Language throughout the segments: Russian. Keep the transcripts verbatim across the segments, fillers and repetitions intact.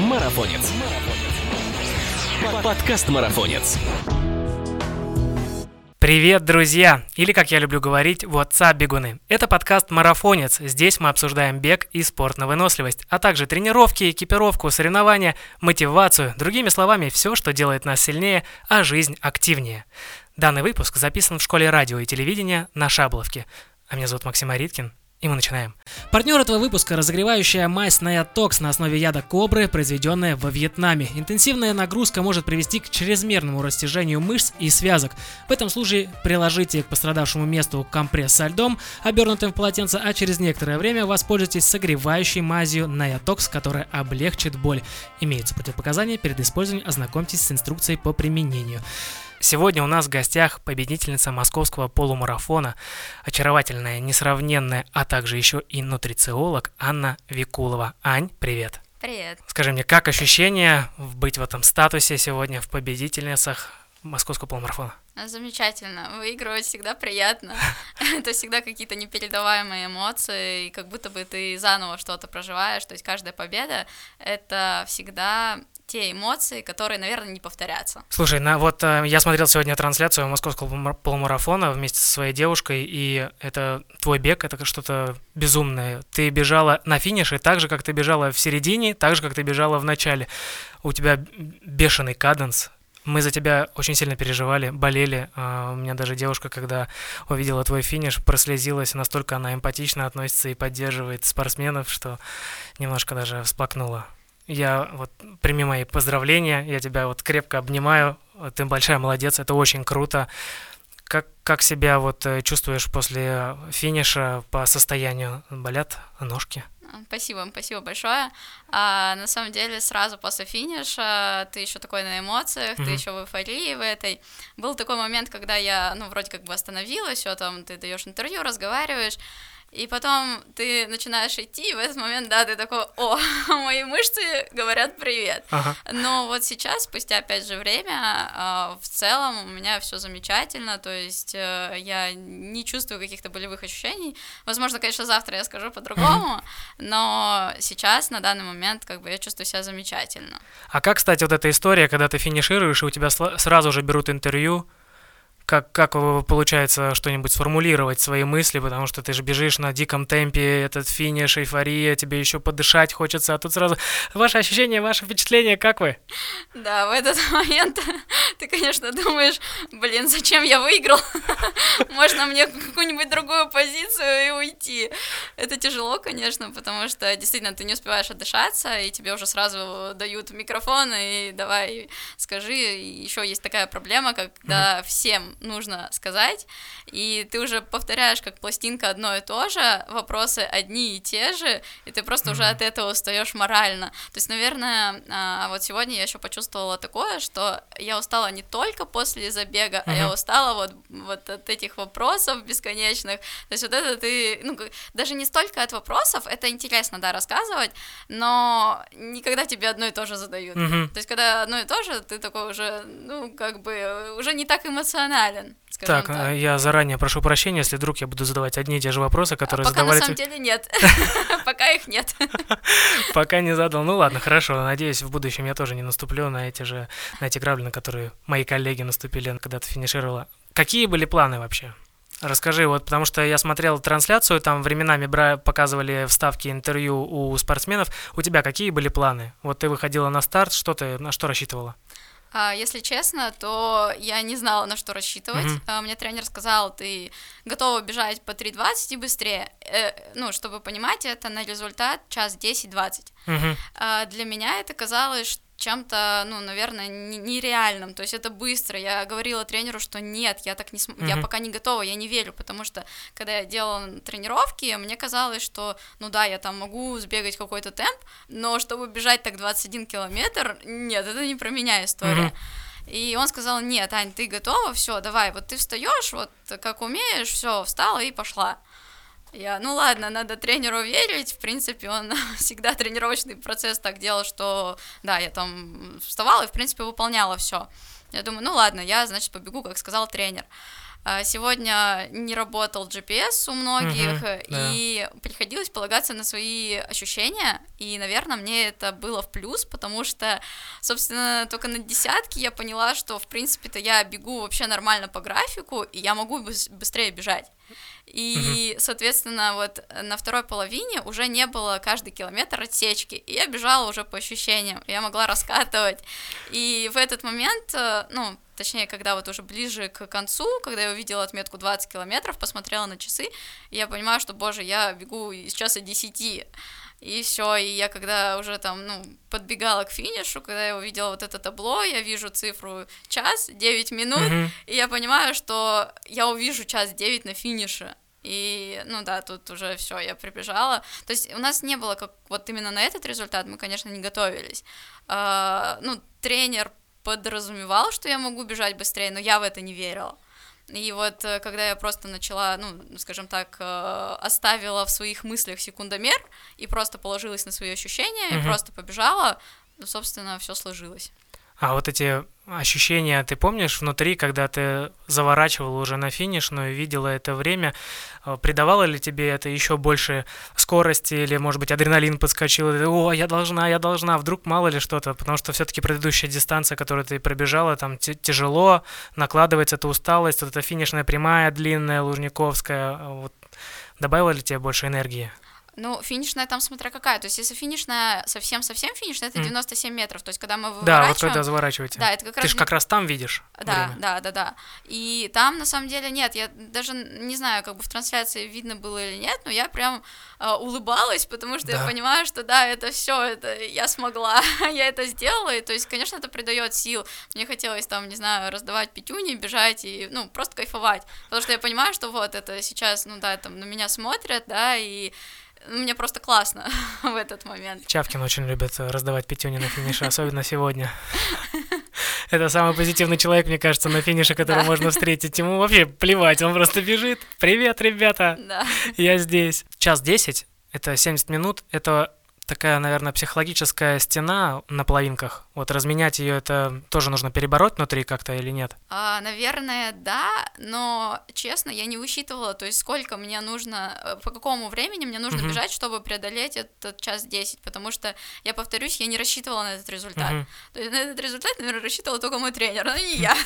Марафонец. Подкаст «Марафонец». Привет, друзья! Или, как я люблю говорить, what's up, бегуны? Это подкаст «Марафонец». Здесь мы обсуждаем бег и спорт на выносливость, а также тренировки, экипировку, соревнования, мотивацию, другими словами, все, что делает нас сильнее, а жизнь активнее. Данный выпуск записан в школе радио и телевидения на Шабловке. А меня зовут Максим Ариткин. И мы начинаем. Партнер этого выпуска – разогревающая мазь Neotox на основе яда кобры, произведенная во Вьетнаме. Интенсивная нагрузка может привести к чрезмерному растяжению мышц и связок. В этом случае приложите к пострадавшему месту компресс со льдом, обернутым в полотенце, а через некоторое время воспользуйтесь согревающей мазью Neotox, которая облегчит боль. Имеются противопоказания перед использованием, ознакомьтесь с инструкцией по применению. Сегодня у нас в гостях победительница московского полумарафона, очаровательная, несравненная, а также еще и нутрициолог Анна Викулова. Ань, привет. Привет. Скажи мне, как ощущение быть в этом статусе сегодня в победительницах московского полумарафона? Замечательно. Выигрывать всегда приятно. Это всегда какие-то непередаваемые эмоции, и как будто бы ты заново что-то проживаешь. То есть каждая победа — это всегда те эмоции, которые, наверное, не повторятся. Слушай, на, вот э, я смотрел сегодня трансляцию московского полумарафона вместе со своей девушкой, и это твой бег, это что-то безумное. Ты бежала на финише так же, как ты бежала в середине, так же, как ты бежала в начале. У тебя бешеный каденс. Мы за тебя очень сильно переживали, болели. Uh, у меня даже девушка, когда увидела твой финиш, прослезилась. Настолько она эмпатично относится и поддерживает спортсменов, что немножко даже всплакнула. Я вот, прими мои поздравления, я тебя вот крепко обнимаю. Ты большая молодец, это очень круто. Как, как себя вот чувствуешь после финиша по состоянию? Болят ножки? Спасибо, спасибо большое. А, на самом деле, сразу после финиша ты еще такой на эмоциях, mm-hmm. ты еще в эйфории в этой. Был такой момент, когда я, ну, вроде как бы остановилась, все там, ты даешь интервью, разговариваешь, и потом ты начинаешь идти, и в этот момент, да, ты такой: о, мои мышцы говорят привет. Ага. Но вот сейчас, спустя опять же время, в целом у меня все замечательно, то есть я не чувствую каких-то болевых ощущений. Возможно, конечно, завтра я скажу по-другому, mm-hmm. но сейчас, на данный момент, как бы я чувствую себя замечательно. А как, кстати, вот эта история, когда ты финишируешь, и у тебя сразу же берут интервью? Как, как получается что-нибудь сформулировать свои мысли, потому что ты же бежишь на диком темпе, этот финиш, эйфория, тебе еще подышать хочется, а тут сразу ваши ощущения, ваши впечатления, как вы? Да, в этот момент ты, конечно, думаешь: блин, зачем я выиграл? Можно мне какую-нибудь другую позицию и уйти. Это тяжело, конечно, потому что действительно ты не успеваешь отдышаться, и тебе уже сразу дают микрофон, и давай скажи. Еще есть такая проблема, когда mm-hmm. всем нужно сказать, и ты уже повторяешь как пластинка одно и то же, вопросы одни и те же, и ты просто mm-hmm. уже от этого устаешь морально. То есть, наверное, вот сегодня я еще почувствовала такое, что я устала не только после забега, mm-hmm. а я устала вот, вот от этих вопросов бесконечных. То есть вот это ты, ну, даже не столько от вопросов, это интересно, да, рассказывать, но никогда тебе одно и то же задают. Mm-hmm. То есть когда одно и то же, ты такой уже, ну, как бы, уже не так эмоционален. Так, так, я заранее прошу прощения, если вдруг я буду задавать одни и те же вопросы, которые а пока задавали... Пока на самом деле нет. Пока их нет. Пока не задал. Ну ладно, хорошо. Надеюсь, в будущем я тоже не наступлю на эти же, на эти грабли, на которые мои коллеги наступили, когда ты финишировала. Какие были планы вообще? Расскажи, вот, потому что я смотрел трансляцию, там временами бра- показывали вставки интервью у спортсменов. У тебя какие были планы? Вот ты выходила на старт, что ты, на что рассчитывала? Если честно, то я не знала, на что рассчитывать. Mm-hmm. Мне тренер сказал: ты готова бежать по три двадцать и быстрее. Ну, чтобы понимать, это на результат час десять двадцать. Mm-hmm. Для меня это казалось чем-то, ну, наверное, нереальным, то есть это быстро. Я говорила тренеру, что нет, я так не см... mm-hmm. я пока не готова, я не верю, потому что когда я делала тренировки, мне казалось, что, ну да, я там могу сбегать какой-то темп, но чтобы бежать так двадцать один километр, нет, это не про меня история. Mm-hmm. И он сказал: нет, Ань, ты готова, все, давай, вот ты встаешь, вот как умеешь, все, встала и пошла. Я, ну ладно, надо тренеру верить, в принципе, он всегда тренировочный процесс так делал, что, да, я там вставала и, в принципе, выполняла все. Я думаю, ну ладно, я, значит, побегу, как сказал тренер. Сегодня не работал джи пи эс у многих, Мгм, и приходилось полагаться на свои ощущения, и, наверное, мне это было в плюс, потому что, собственно, только на десятке я поняла, что, в принципе-то, я бегу вообще нормально по графику, и я могу быс- быстрее бежать. И, соответственно, вот на второй половине уже не было каждый километр отсечки, и я бежала уже по ощущениям, я могла раскатывать. И в этот момент, э, ну, точнее, когда вот уже ближе к концу, когда я увидела отметку двадцать километров, посмотрела на часы, и я понимаю, что, боже, я бегу из часа десяти. И все, и я когда уже там, ну, подбегала к финишу, когда я увидела вот это табло, я вижу цифру час, девять минут, Мгм. и я понимаю, что я увижу час девять на финише. И, ну да, тут уже все, я прибежала. То есть у нас не было как вот именно на этот результат, мы, конечно, не готовились. А, ну, тренер подразумевал, что я могу бежать быстрее, но я в это не верила. И вот э, когда я просто начала, ну, скажем так, э, оставила в своих мыслях секундомер и просто положилась на свои ощущения, и Мгм. просто побежала, ну, собственно, все сложилось. А вот эти ощущения, ты помнишь внутри, когда ты заворачивала уже на финишную, видела это время, э, придавало ли тебе это еще больше скорости или, может быть, адреналин подскочил, и ты, о, я должна, я должна, вдруг мало ли что-то, потому что все-таки предыдущая дистанция, которую ты пробежала, там т- тяжело, накладывается эта усталость, вот эта финишная прямая, длинная, лужниковская, э, вот, добавила ли тебе больше энергии? Ну, финишная там смотря какая, то есть если финишная, совсем-совсем финишная, это Мгм. девяносто семь метров, то есть когда мы Да, вот выворачиваем... когда заворачиваете. Да, это как Ты раз... же как раз там видишь Да, время. да, да, да. И там на самом деле нет, я даже не знаю, как бы в трансляции видно было или нет, но я прям э, улыбалась, потому что Да. я понимаю, что да, это все, это я смогла, я это сделала, и то есть, конечно, это придает сил. Мне хотелось там, не знаю, раздавать пятюни, бежать и, ну, просто кайфовать, потому что я понимаю, что вот это сейчас, ну да, там на меня смотрят, да, и мне просто классно в этот момент. Чавкин очень любит э, раздавать пятюни на финише, особенно сегодня. Это самый позитивный человек, мне кажется, на финише, которого Да. можно встретить. Ему вообще плевать, он просто бежит. Привет, ребята, Да. я здесь. Час десять, это семьдесят минут, это такая, наверное, психологическая стена на половинках. Вот разменять ее, это тоже нужно перебороть внутри как-то или нет? А, наверное, да, но, честно, я не высчитывала, то есть сколько мне нужно, э, по какому времени мне нужно Мгм. бежать, чтобы преодолеть этот час десять, потому что, я повторюсь, я не рассчитывала на этот результат. Мгм. То есть на этот результат, наверное, рассчитывала только мой тренер, но не я.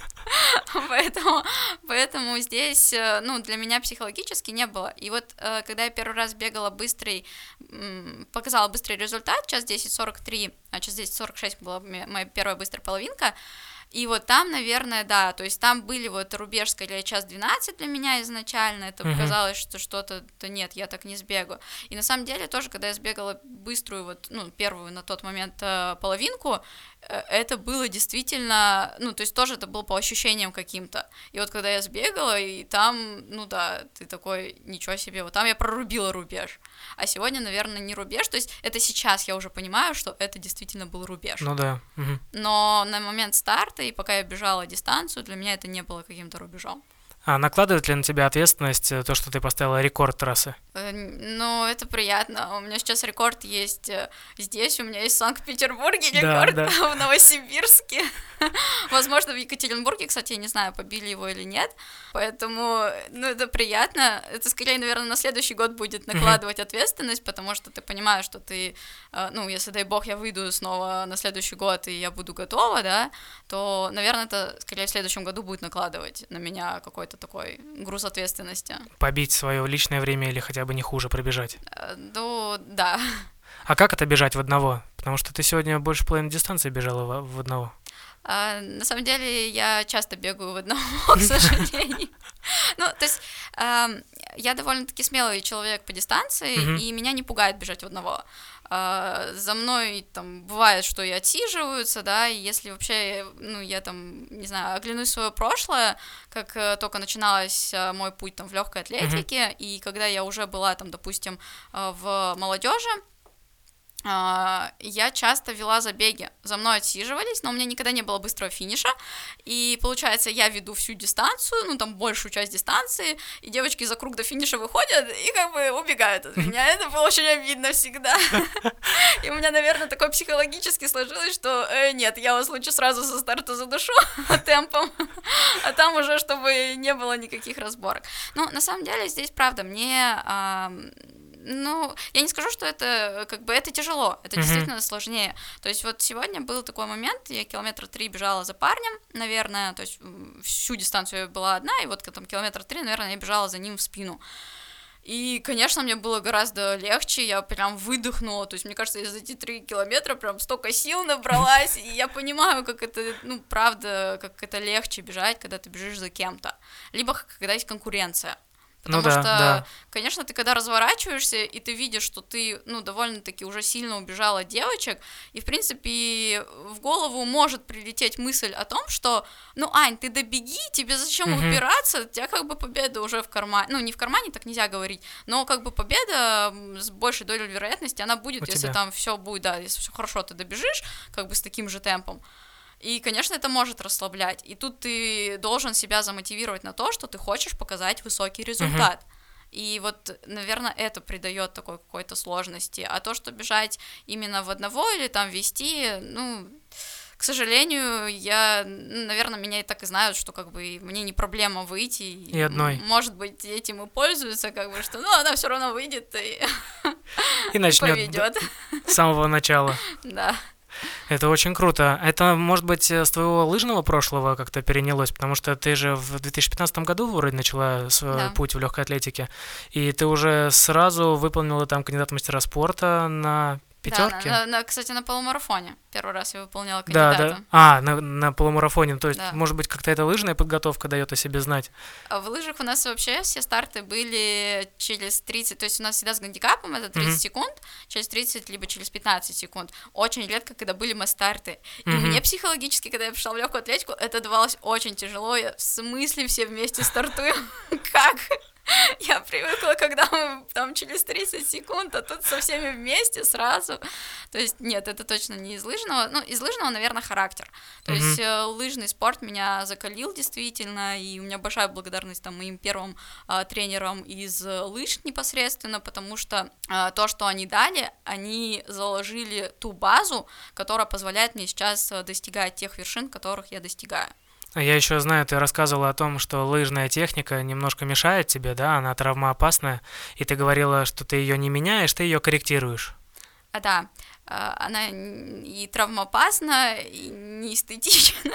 Поэтому, поэтому здесь, э, ну, для меня психологически не было. И вот, э, когда я первый раз бегала быстрый, м, показала быстрый результат, час десять сорок три, а час десять сорок шесть была м- моя первая быстрая половинка, и вот там, наверное, да, то есть там были вот рубеж, скорее, час двенадцать для меня изначально, это Мгм. показалось, что что-то, да нет, я так не сбегаю. И на самом деле тоже, когда я сбегала быструю, вот, ну, первую на тот момент э, половинку, э, это было действительно, ну, то есть тоже это было по ощущениям каким-то. И вот когда я сбегала, и там, ну да, ты такой, ничего себе, вот там я прорубила рубеж. А сегодня, наверное, не рубеж, то есть это сейчас я уже понимаю, что это действительно был рубеж. Ну да. Мгм. Но на момент старта, и пока я бежала дистанцию, для меня это не было каким-то рубежом. А накладывает ли на тебя ответственность э, то, что ты поставила рекорд трассы? Э, Ну, это приятно. У меня сейчас рекорд есть э, здесь, у меня есть в Санкт-Петербурге Да, рекорд, да. в Новосибирске. Возможно, в Екатеринбурге, кстати, я не знаю, побили его или нет. Поэтому, ну, это приятно. Это скорее, наверное, на следующий год будет накладывать ответственность, потому что ты понимаешь, что ты, э, ну, если, дай бог, я выйду снова на следующий год, и я буду готова, да, то, наверное, это скорее в следующем году будет накладывать на меня какой-то такой груз ответственности. Побить свое личное время или хотя бы не хуже пробежать? Э, Ну, да. А как это бежать в одного? Потому что ты сегодня больше половины дистанции бежала в, в одного. А, на самом деле я часто бегаю в одного, к сожалению. Ну, то есть ам, я довольно-таки смелый человек по дистанции, Мгм. и меня не пугает бежать в одного. А, за мной там бывает, что и отсиживаются, да, и если вообще, ну, я там, не знаю, оглянусь в свое прошлое, как э, только начиналась э, мой путь там в легкой атлетике, и когда я уже была там, допустим, э, в молодежи, я часто вела забеги, за мной отсиживались, но у меня никогда не было быстрого финиша, и получается, я веду всю дистанцию, ну, там, большую часть дистанции, и девочки за круг до финиша выходят и как бы убегают от меня, это было очень обидно всегда, и у меня, наверное, такое психологически сложилось, что э, нет, я вас лучше сразу со старта задушу темпом, а там уже, чтобы не было никаких разборок. Ну, на самом деле, здесь, правда, мне... Ну, я не скажу, что это как бы это тяжело, это mm-hmm. действительно сложнее. То есть вот сегодня был такой момент, я километра три бежала за парнем, наверное, то есть всю дистанцию я была одна, и вот там километра три, наверное, я бежала за ним в спину. И, конечно, мне было гораздо легче, я прям выдохнула, то есть, мне кажется, я за эти три километра прям столько сил набралась, и я понимаю, как это, ну, правда, как это легче бежать, когда ты бежишь за кем-то, либо когда есть конкуренция. Потому ну да, что, да. конечно, ты когда разворачиваешься, и ты видишь, что ты, ну, довольно-таки уже сильно убежала от девочек, и, в принципе, в голову может прилететь мысль о том, что, ну, Ань, ты добеги, тебе зачем угу. упираться, у тебя как бы победа уже в кармане, ну, не в кармане, так нельзя говорить, но как бы победа с большей долей вероятности, она будет, у если тебя. Там все будет, да, если все хорошо, ты добежишь, как бы с таким же темпом. И, конечно, это может расслаблять. И тут ты должен себя замотивировать на то, что ты хочешь показать высокий результат. Uh-huh. И вот, наверное, это придает такой какой-то сложности. А то, что бежать именно в одного или там вести, ну, к сожалению, я, наверное, меня и так и знают, что как бы мне не проблема выйти. И одной. Может быть, этим и пользуются, как бы, что, ну, она все равно выйдет и, и начнет с самого начала. Да. Это очень круто. Это, может быть, с твоего лыжного прошлого как-то перенялось, потому что ты же в две тысячи пятнадцатом году вроде начала свой да. путь в легкой атлетике, и ты уже сразу выполнила там кандидат в мастера спорта на пятерке. Да, на, на, кстати, на полумарафоне. Первый раз я выполняла кандидата. Да, да. А, на, на полумарафоне. То есть, да. может быть, как-то эта лыжная подготовка дает о себе знать? В лыжах у нас вообще все старты были через тридцать, то есть у нас всегда с гандикапом это тридцать mm-hmm. секунд, через тридцать, либо через пятнадцать секунд. Очень редко, когда были масс-старты. И mm-hmm. мне психологически, когда я пришла в легкую атлетику, это давалось очень тяжело. Я в смысле все вместе стартуем? Как? Я привыкла, когда мы там через тридцать секунд, а тут со всеми вместе сразу. То есть, нет, это точно не из лыжного. Ну, из лыжного, наверное, характер. То mm-hmm. есть, э, лыжный спорт меня закалил действительно, и у меня большая благодарность там моим первым э, тренерам из лыж непосредственно, потому что э, то, что они дали, они заложили ту базу, которая позволяет мне сейчас достигать тех вершин, которых я достигаю. Я еще знаю, ты рассказывала о том, что лыжная техника немножко мешает тебе, да, она травмоопасная, и ты говорила, что ты ее не меняешь, ты ее корректируешь. А, да, она и травмоопасна, и не эстетична.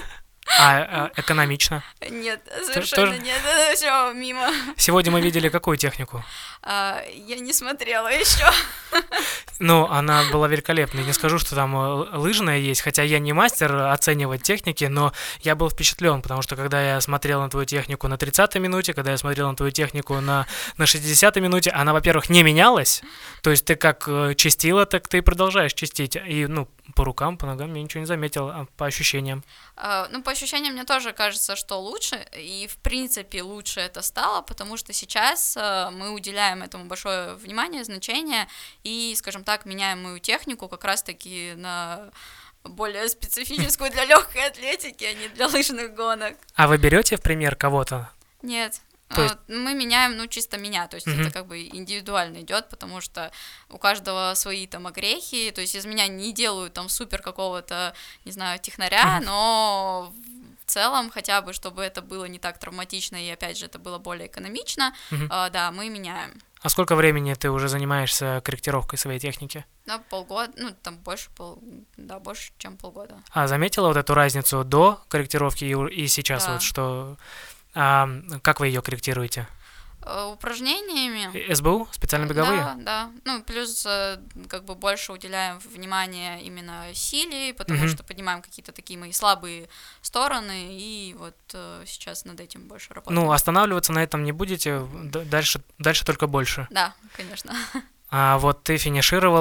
А экономично? Нет, совершенно Тоже? Нет, это все мимо. Сегодня мы видели какую технику? А, я не смотрела еще. Ну, она была великолепной. Не скажу, что там лыжная есть, хотя я не мастер оценивать техники, но я был впечатлен, потому что когда я смотрел на твою технику на тридцатой минуте, когда я смотрел на твою технику на, на шестидесятой минуте, она, во-первых, не менялась, то есть ты как чистила, так ты и продолжаешь чистить. И, ну, по рукам, по ногам я ничего не заметил, а по ощущениям. Uh, ну, по ощущениям мне тоже кажется, что лучше, и в принципе лучше это стало, потому что сейчас uh, мы уделяем этому большое внимание, значение, и, скажем так, меняем мою технику как раз-таки на более специфическую для легкой атлетики, а не для лыжных гонок. А вы берете в пример кого-то? Нет. Есть... Мы меняем, ну, чисто меня, то есть mm-hmm. это как бы индивидуально идет, потому что у каждого свои там огрехи, то есть из меня не делают там супер какого-то, не знаю, технаря, mm-hmm. но в целом хотя бы, чтобы это было не так травматично и, опять же, это было более экономично, mm-hmm. э, да, мы меняем. А сколько времени ты уже занимаешься корректировкой своей техники? Ну, полгода, ну, там больше, пол... да, больше, чем полгода. А заметила вот эту разницу до корректировки и, и сейчас, да. вот что... А как вы ее корректируете? Упражнениями. СБУ? Специально беговые? Да, да. Ну, плюс как бы больше уделяем внимание именно силе, потому mm-hmm. что поднимаем какие-то такие мои слабые стороны, и вот сейчас над этим больше работаем. Ну, останавливаться на этом не будете, дальше, дальше только больше. Да, конечно. А вот ты финишировала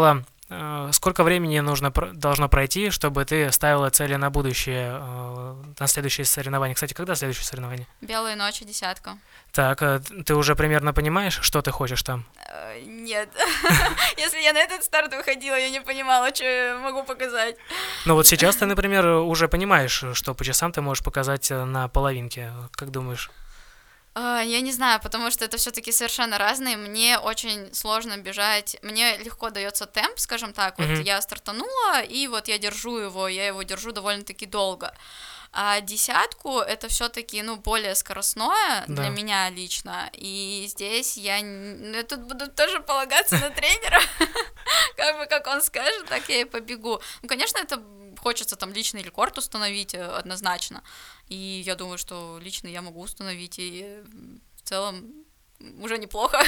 э, сколько времени нужно, должно пройти, чтобы ты ставила цели на будущее, э, на следующие соревнования? Кстати, когда следующее соревнование? Белые ночи, десятка. Так, э, ты уже примерно понимаешь, что ты хочешь там? Э, Нет. Если я на этот старт выходила, я не понимала, что я могу показать. Ну вот сейчас ты, например, уже понимаешь, что по часам ты можешь показать на половинке. Как думаешь? А, Я не знаю, потому что это все-таки совершенно разные. Мне очень сложно бежать. Мне легко дается темп, скажем так. Вот Мгм. я стартанула, и вот я держу его, я его держу довольно-таки долго. А десятку это все-таки, ну, более скоростное Да. для меня лично. И здесь я, н- ну, я тут буду тоже полагаться на тренера. Как бы как он скажет, так я и побегу. Ну, конечно, это хочется там личный рекорд установить э, однозначно. И я думаю, что лично я могу установить, и э, в целом уже неплохо.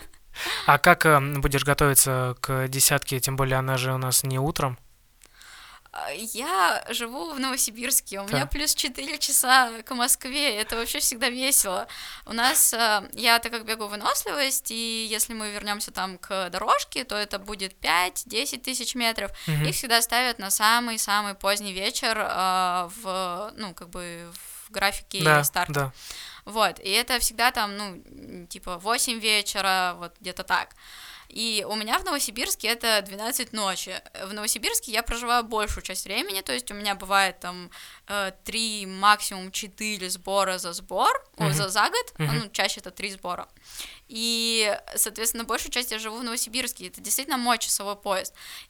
А как э, будешь готовиться к десятке, тем более она же у нас не утром? А, Я живу в Новосибирске, у меня Так. плюс четыре часа к Москве, это вообще всегда весело. У нас, э, я так как бегаю выносливость, и если мы вернемся там к дорожке, то это будет пять-десять тысяч метров. Мгм. Их всегда ставят на самый-самый поздний вечер э, в, ну, как бы в графике Да, старта. да. Вот, и это всегда там, ну, м, типа восемь вечера, вот где-то так. И у меня в Новосибирске это двенадцать ночи. В Новосибирске я проживаю большую часть времени, то есть у меня бывает там три, максимум четыре сбора за сбор, ой, Мгм. за, за год, Мгм. ну, чаще это три сбора. И, соответственно, большую часть я живу в Новосибирске, это действительно мой часовой пояс.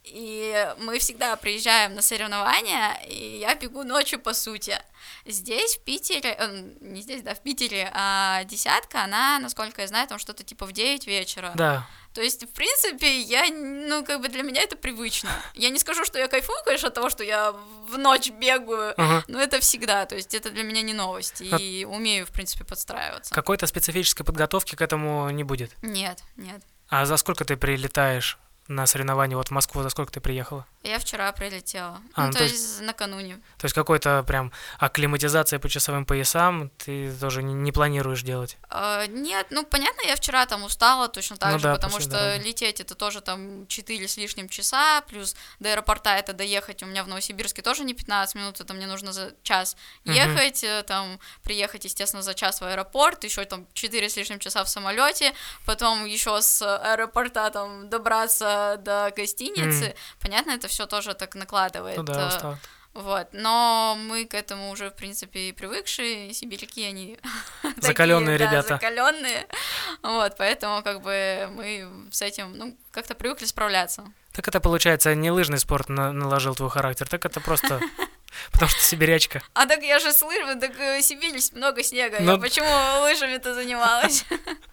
И мы всегда приезжаем на соревнования, и я бегу ночью, по сути. Здесь, в Питере, э, не здесь, да, в Питере, а десятка, она, насколько я знаю, там что-то типа в девять вечера. Да. То есть, в принципе, я, ну, как бы для меня это привычно. Я не скажу, что я кайфую, конечно, от того, что я в ночь бегаю, Ага. но это всегда, то есть это для меня не новость, А- и умею, в принципе, подстраиваться. Какой-то специфической подготовки к этому не будет. Нет, нет. А за сколько ты прилетаешь на соревнования? Вот в Москву за сколько ты приехала? Я вчера прилетела, А, ну, ну, то, то есть... накануне. То есть какой-то прям акклиматизация по часовым поясам ты тоже не, не планируешь делать? А, нет, ну, понятно, я вчера там устала точно так Ну же, да, потому после что дороги. лететь это тоже там четыре с лишним часа, плюс до аэропорта это доехать у меня в Новосибирске тоже не пятнадцать минут, это мне нужно за час Мгм. ехать, э, там, приехать, естественно, за час в аэропорт, еще там четыре с лишним часа в самолете, потом еще с аэропорта там добраться до гостиницы. Мгм. Понятно, это все тоже так накладывает. Ну да, э, устал. Вот, но мы к этому уже, в принципе, и привыкшие, сибиряки, они Закаленные такие, да, ребята. закаленные, вот, поэтому как бы мы с этим, ну, как-то привыкли справляться. Так это, получается, не лыжный спорт на- наложил твой характер, так это просто потому что сибирячка. А так я же с лыжами, так э, Сибирь, много снега, Ну- я почему лыжами-то занималась?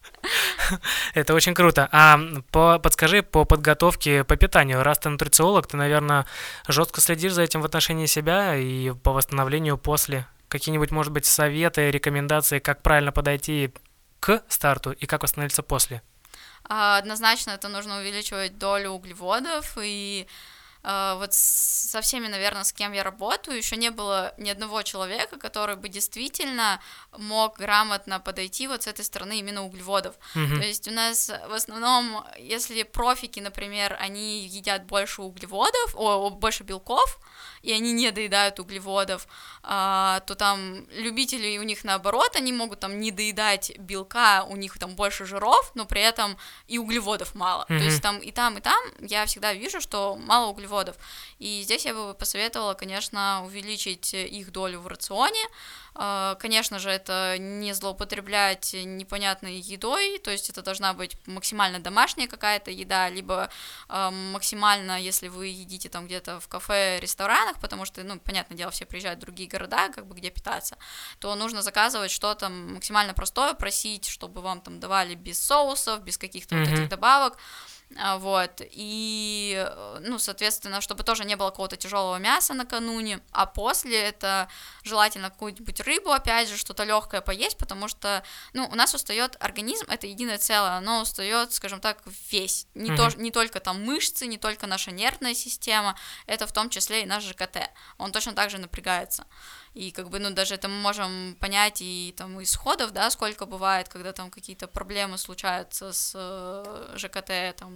Это очень круто. А по, подскажи по подготовке, по питанию. Раз ты нутрициолог, ты, наверное, жестко следишь за этим в отношении себя и по восстановлению после. Какие-нибудь, может быть, советы, рекомендации, как правильно подойти к старту и как восстановиться после? А, Однозначно это нужно увеличивать долю углеводов, и а, вот с- со всеми, наверное, с кем я работаю, еще не было ни одного человека, который бы действительно мог грамотно подойти вот с этой стороны именно углеводов. Мгм. То есть у нас в основном, если профики, например, они едят больше углеводов, о, о, больше белков, и они не доедают углеводов, а, то там любители у них наоборот, они могут там не доедать белка, у них там больше жиров, но при этом и углеводов мало. Мгм. То есть там и там, и там я всегда вижу, что мало углеводов. И здесь я бы посоветовала, конечно, увеличить их долю в рационе. А, Конечно же, это не злоупотреблять непонятной едой, то есть это должна быть максимально домашняя какая-то еда, либо а, максимально, если вы едите там где-то в кафе, ресторанах, потому что, ну, понятное дело, все приезжают в другие города, как бы где питаться, то нужно заказывать что-то максимально простое, просить, чтобы вам там давали без соусов, без каких-то вот Мгм. этих добавок. А, Вот, и, э, ну, соответственно, чтобы тоже не было какого-то тяжелого мяса накануне, а после это желательно какую-нибудь рыбу, опять же, что-то легкое поесть, потому что, ну, у нас устает организм, это единое целое, оно устает, скажем так, весь, не, Мгм. то, не только там мышцы, не только наша нервная система, это в том числе и наш ЖКТ, он точно так же напрягается. И как бы, ну, даже это мы можем понять и там исходов, да, сколько бывает, когда там какие-то проблемы случаются с э, ЖКТ, там,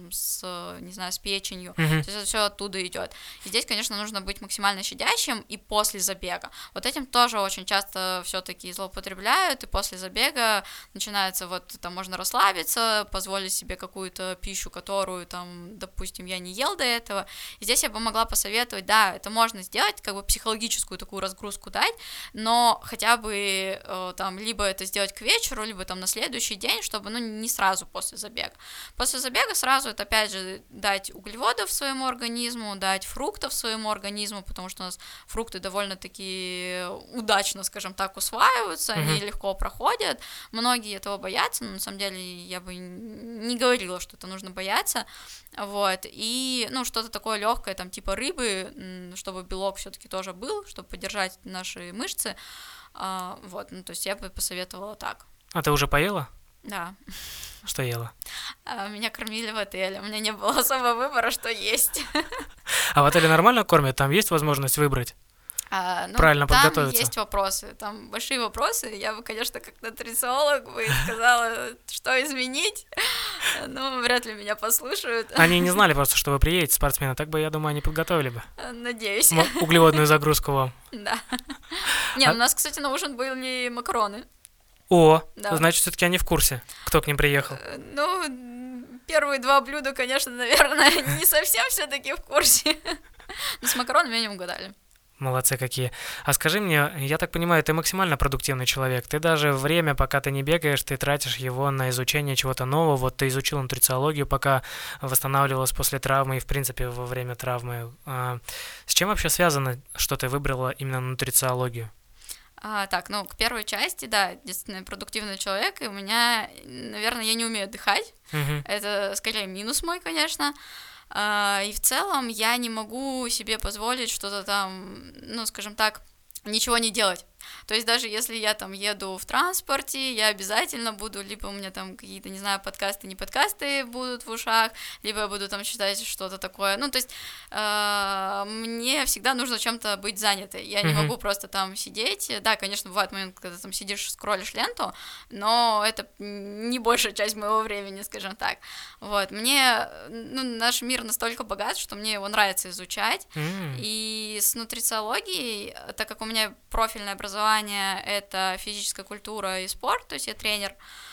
там, с, не знаю, с печенью, uh-huh. то есть это все оттуда идет. И здесь, конечно, нужно быть максимально щадящим и после забега. Вот этим тоже очень часто все-таки злоупотребляют, и после забега начинается вот, там, можно расслабиться, позволить себе какую-то пищу, которую, там, допустим, я не ел до этого. И здесь я бы могла посоветовать, да, это можно сделать, как бы психологическую такую разгрузку дать, но хотя бы э, там либо это сделать к вечеру, либо там на следующий день, чтобы, ну, не сразу после забега. После забега сразу это, опять же, дать углеводов своему организму, дать фруктов своему организму, потому что у нас фрукты довольно-таки удачно, скажем так, усваиваются, mm-hmm. они легко проходят. Многие этого боятся, но на самом деле я бы не говорила, что это нужно бояться. Вот, и, ну, что-то такое легкое, там, типа рыбы, чтобы белок все-таки тоже был, чтобы поддержать наши мышцы. А, вот, ну, то есть я бы посоветовала так. А ты уже поела? Да. Что ела? А, меня кормили в отеле, у меня не было особого выбора, что есть. А в отеле нормально кормят? Там есть возможность выбрать? А, ну, правильно там подготовиться. Есть вопросы, там большие вопросы. Я бы, конечно, как нутрициолог бы сказала, что изменить, но вряд ли меня послушают. Они не знали просто, что вы приедете, спортсмены, так бы, я думаю, они подготовили бы. Надеюсь. М- углеводную загрузку вам. Да. Не, у нас, кстати, на ужин были макароны. О, значит, все-таки они в курсе, кто к ним приехал. Ну, первые два блюда, конечно, наверное, не совсем все-таки в курсе. Но с макаронами они угадали. Молодцы какие. А скажи мне, я так понимаю, ты максимально продуктивный человек. Ты даже время, пока ты не бегаешь, ты тратишь его на изучение чего-то нового. Вот ты изучил нутрициологию, пока восстанавливалась после травмы и, в принципе, во время травмы. А с чем вообще связано, что ты выбрала именно нутрициологию? А, так, ну, к первой части, да, действительно, продуктивный человек, и у меня, наверное, я не умею отдыхать. Uh-huh. Это, скорее, минус мой, конечно. И в целом я не могу себе позволить что-то там, ну, скажем так, ничего не делать. То есть даже если я там еду в транспорте, я обязательно буду, либо у меня там какие-то, не знаю, подкасты, не подкасты будут в ушах, либо я буду там читать что-то такое. Ну, то есть э, мне всегда нужно чем-то быть занятой. Я mm-hmm. не могу просто там сидеть. Да, конечно, бывает момент, когда там сидишь, скроллишь ленту, но это не большая часть моего времени, скажем так. Вот. Мне, ну, наш мир настолько богат, что мне его нравится изучать. Mm-hmm. И с нутрициологией, так как у меня профильное образование, это физическая культура и спорт, то есть я тренер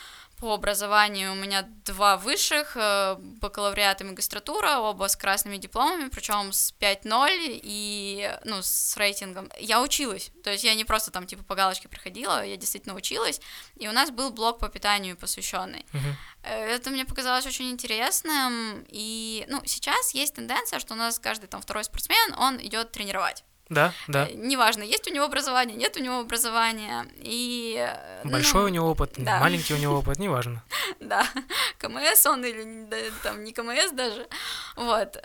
по образованию, у меня два высших, бакалавриат и магистратура, оба с красными дипломами, причем с пять ноль и, ну, с рейтингом. Я училась, то есть я не просто там типа по галочке приходила, я действительно училась, и у нас был блок по питанию посвященный. Uh-huh. Это мне показалось очень интересным, и, ну, сейчас есть тенденция, что у нас каждый там второй спортсмен, он идет тренировать. Да, да. Неважно, есть у него образование, нет у него образования. И, большой ну, у него опыт, да. маленький у него опыт, неважно. Да, КМС он или там не КМС даже. Вот.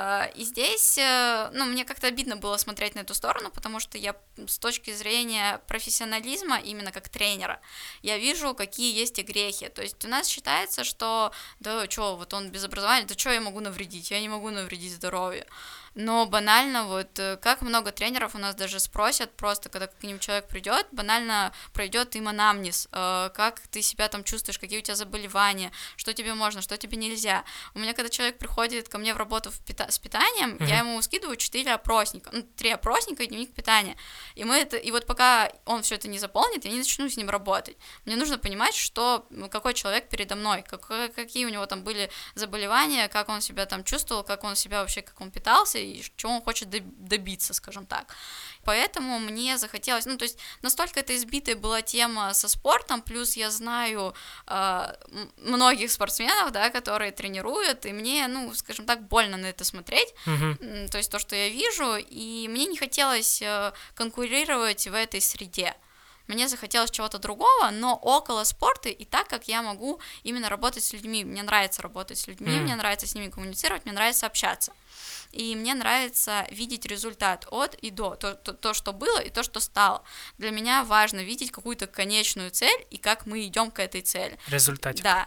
И здесь, ну, мне как-то обидно было смотреть на эту сторону, потому что я с точки зрения профессионализма, именно как тренера, я вижу, какие есть и грехи. То есть у нас считается, что да, что, вот он без образования, да что я могу навредить? Я не могу навредить здоровью. Но банально, вот как много тренеров у нас даже спросят, просто когда к ним человек придет, банально пройдет им анамнез, как ты себя там чувствуешь, какие у тебя заболевания, что тебе можно, что тебе нельзя. У меня, когда человек приходит ко мне в работу в пита- с питанием, mm-hmm. я ему скидываю четыре опросника, ну, три опросника и дневник питания. И мы это, и вот пока он все это не заполнит, я не начну с ним работать. Мне нужно понимать, что, какой человек передо мной, как, какие у него там были заболевания, как он себя там чувствовал, как он себя вообще, как он питался, и чего он хочет добиться, скажем так. Поэтому мне захотелось, ну, то есть настолько это избитая была тема со спортом, плюс я знаю э, многих спортсменов, да, которые тренируют, и мне, ну, скажем так, больно на это смотреть, mm-hmm. то есть то, что я вижу, и мне не хотелось э, конкурировать в этой среде. Мне захотелось чего-то другого, но около спорта, и так как я могу именно работать с людьми. Мне нравится работать с людьми, mm. мне нравится с ними коммуницировать, мне нравится общаться. И мне нравится видеть результат от и до, то, то, то, что было и то, что стало. Для меня важно видеть какую-то конечную цель и как мы идем к этой цели. Результатик. Да.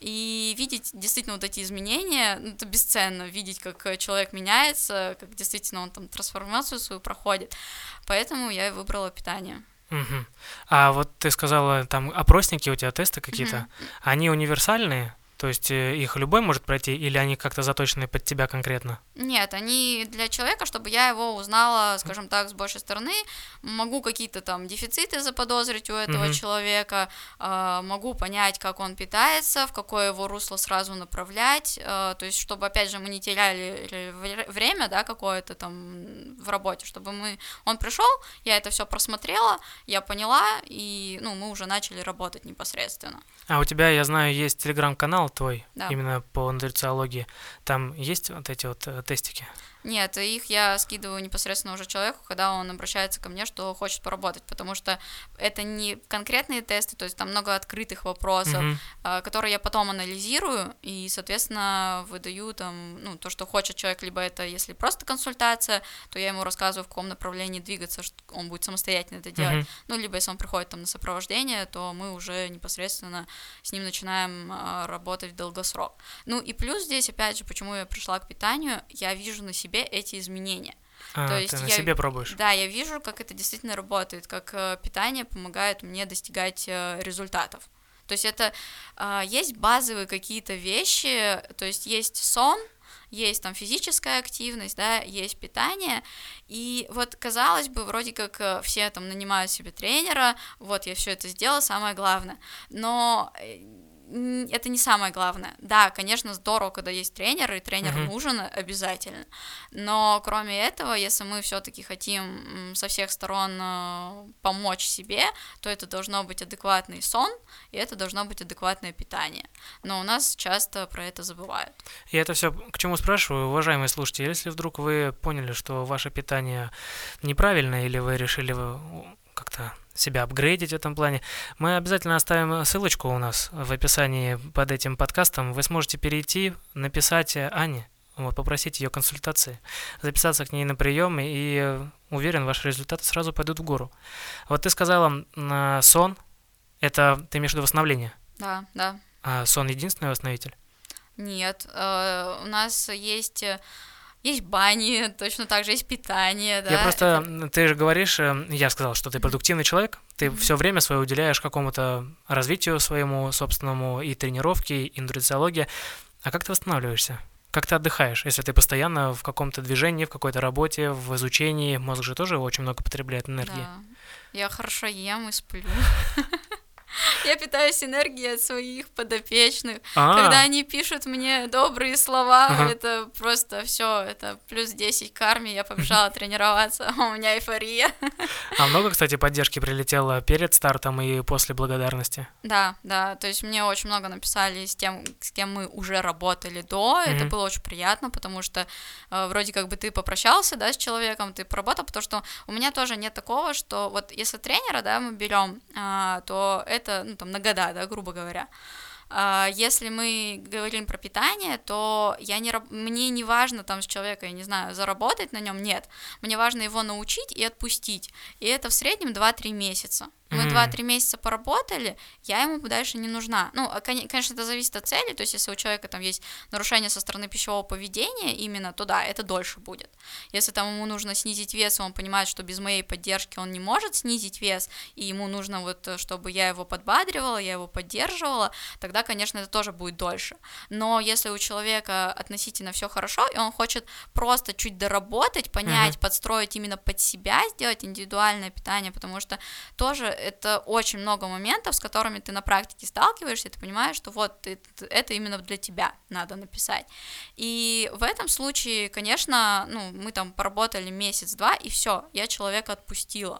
И видеть действительно вот эти изменения, ну, это бесценно, видеть, как человек меняется, как действительно он там трансформацию свою проходит. Поэтому я и выбрала питание. Угу. А вот ты сказала, там опросники у тебя, тесты какие-то, угу. они универсальные? То есть э, их любой может пройти, или они как-то заточены под тебя конкретно? Нет, они для человека, чтобы я его узнала, скажем так, с большей стороны, могу какие-то там дефициты заподозрить у этого Мгм. человека, э, могу понять, как он питается, в какое его русло сразу направлять, э, то есть чтобы, опять же, мы не теряли ре- вре- время, да, какое-то там в работе, чтобы мы, он пришел, я это все просмотрела, я поняла, и, ну, мы уже начали работать непосредственно. А у тебя, я знаю, есть телеграм-канал твой, Да. именно по нутрициологии. Там есть вот эти вот э, тестики? Нет, их я скидываю непосредственно уже человеку, когда он обращается ко мне, что хочет поработать, потому что это не конкретные тесты, то есть там много открытых вопросов, Мгм. а, которые я потом анализирую и, соответственно, выдаю там, ну, то, что хочет человек, либо это, если просто консультация, то я ему рассказываю, в каком направлении двигаться, что он будет самостоятельно это делать, Мгм. ну, либо если он приходит там на сопровождение, то мы уже непосредственно с ним начинаем а, работать в долгосрок. Ну, и плюс здесь, опять же, почему я пришла к питанию, я вижу на себе эти изменения. А, То ты есть на я- себе пробуешь? Да, я вижу, как это действительно работает, как э, питание помогает мне достигать э, результатов. То есть это э, есть базовые какие-то вещи, то есть есть сон, есть там физическая активность, да, есть питание, и вот казалось бы, вроде как э, все там нанимают себе тренера, вот я все это сделала, самое главное, но э, н- это не самое главное. Да, конечно, здорово, когда есть тренер, и тренер Мгм. нужен обязательно, но кроме этого, если мы все-таки хотим м, со всех сторон э, помочь себе, то это должно быть адекватный сон, и это должно быть адекватное питание. Но у нас часто про это забывают. Я это все к чему спрашиваю, уважаемые слушатели, если вдруг вы поняли, что ваше питание неправильное, или вы решили вы, как-то себя апгрейдить в этом плане, мы обязательно оставим ссылочку у нас в описании под этим подкастом. Вы сможете перейти, написать Ане, вот, попросить ее консультации, записаться к ней на прием, и э, уверен, ваши результаты сразу пойдут в гору. Вот ты сказала, м, сон, это ты имеешь в виду восстановление, Да, да. а сон единственный восстановитель? Нет, э, у нас есть, э, есть бани, точно так же есть питание, да. Я просто, это- м, ты же говоришь, э, я сказал, что ты продуктивный человек, ты Мгм. все время свое уделяешь какому-то развитию своему собственному, и тренировке, и нутрициологии. А как ты восстанавливаешься? Как ты отдыхаешь, если ты постоянно в каком-то движении, в какой-то работе, в изучении? Мозг же тоже очень много потребляет энергии. Да. Я хорошо ем и сплю. Я питаюсь энергией от своих подопечных. А, Когда они пишут мне добрые слова, Ага. это просто все, это плюс десять к карме, я побежала тренироваться, а у меня эйфория. а много, кстати, поддержки прилетело перед стартом и после благодарности? Да, да, то есть мне очень много написали с тем, с кем мы уже работали до, это Мгм. было очень приятно, потому что э, вроде как бы ты попрощался, да, с человеком, ты поработал, потому что у меня тоже нет такого, что вот если тренера, да, мы берем, а, то это, ну, там, на года, да, грубо говоря. А, Если мы говорим про питание, то я не, раб- мне не важно там с человека, я не знаю, заработать на нем, нет. Мне важно его научить и отпустить. И это в среднем два-три месяца. Мы М. два-три месяца поработали, я ему дальше не нужна. Ну, а, коне- конечно, это зависит от цели, то есть если у человека там есть нарушение со стороны пищевого поведения именно, то да, это дольше будет. Если там ему нужно снизить вес, и он понимает, что без моей поддержки он не может снизить вес, и ему нужно вот, э, чтобы я его подбадривала, я его поддерживала, тогда, конечно, это тоже будет дольше. Но если у человека относительно все хорошо, и он хочет просто чуть доработать, понять, Мгм. подстроить именно под себя, сделать индивидуальное питание, потому что тоже это очень много моментов, с которыми ты на практике сталкиваешься, и ты понимаешь, что вот ты- ты- это именно для тебя надо написать. И в этом случае, конечно, ну, мы там поработали месяц-два, и все, я человека отпустила.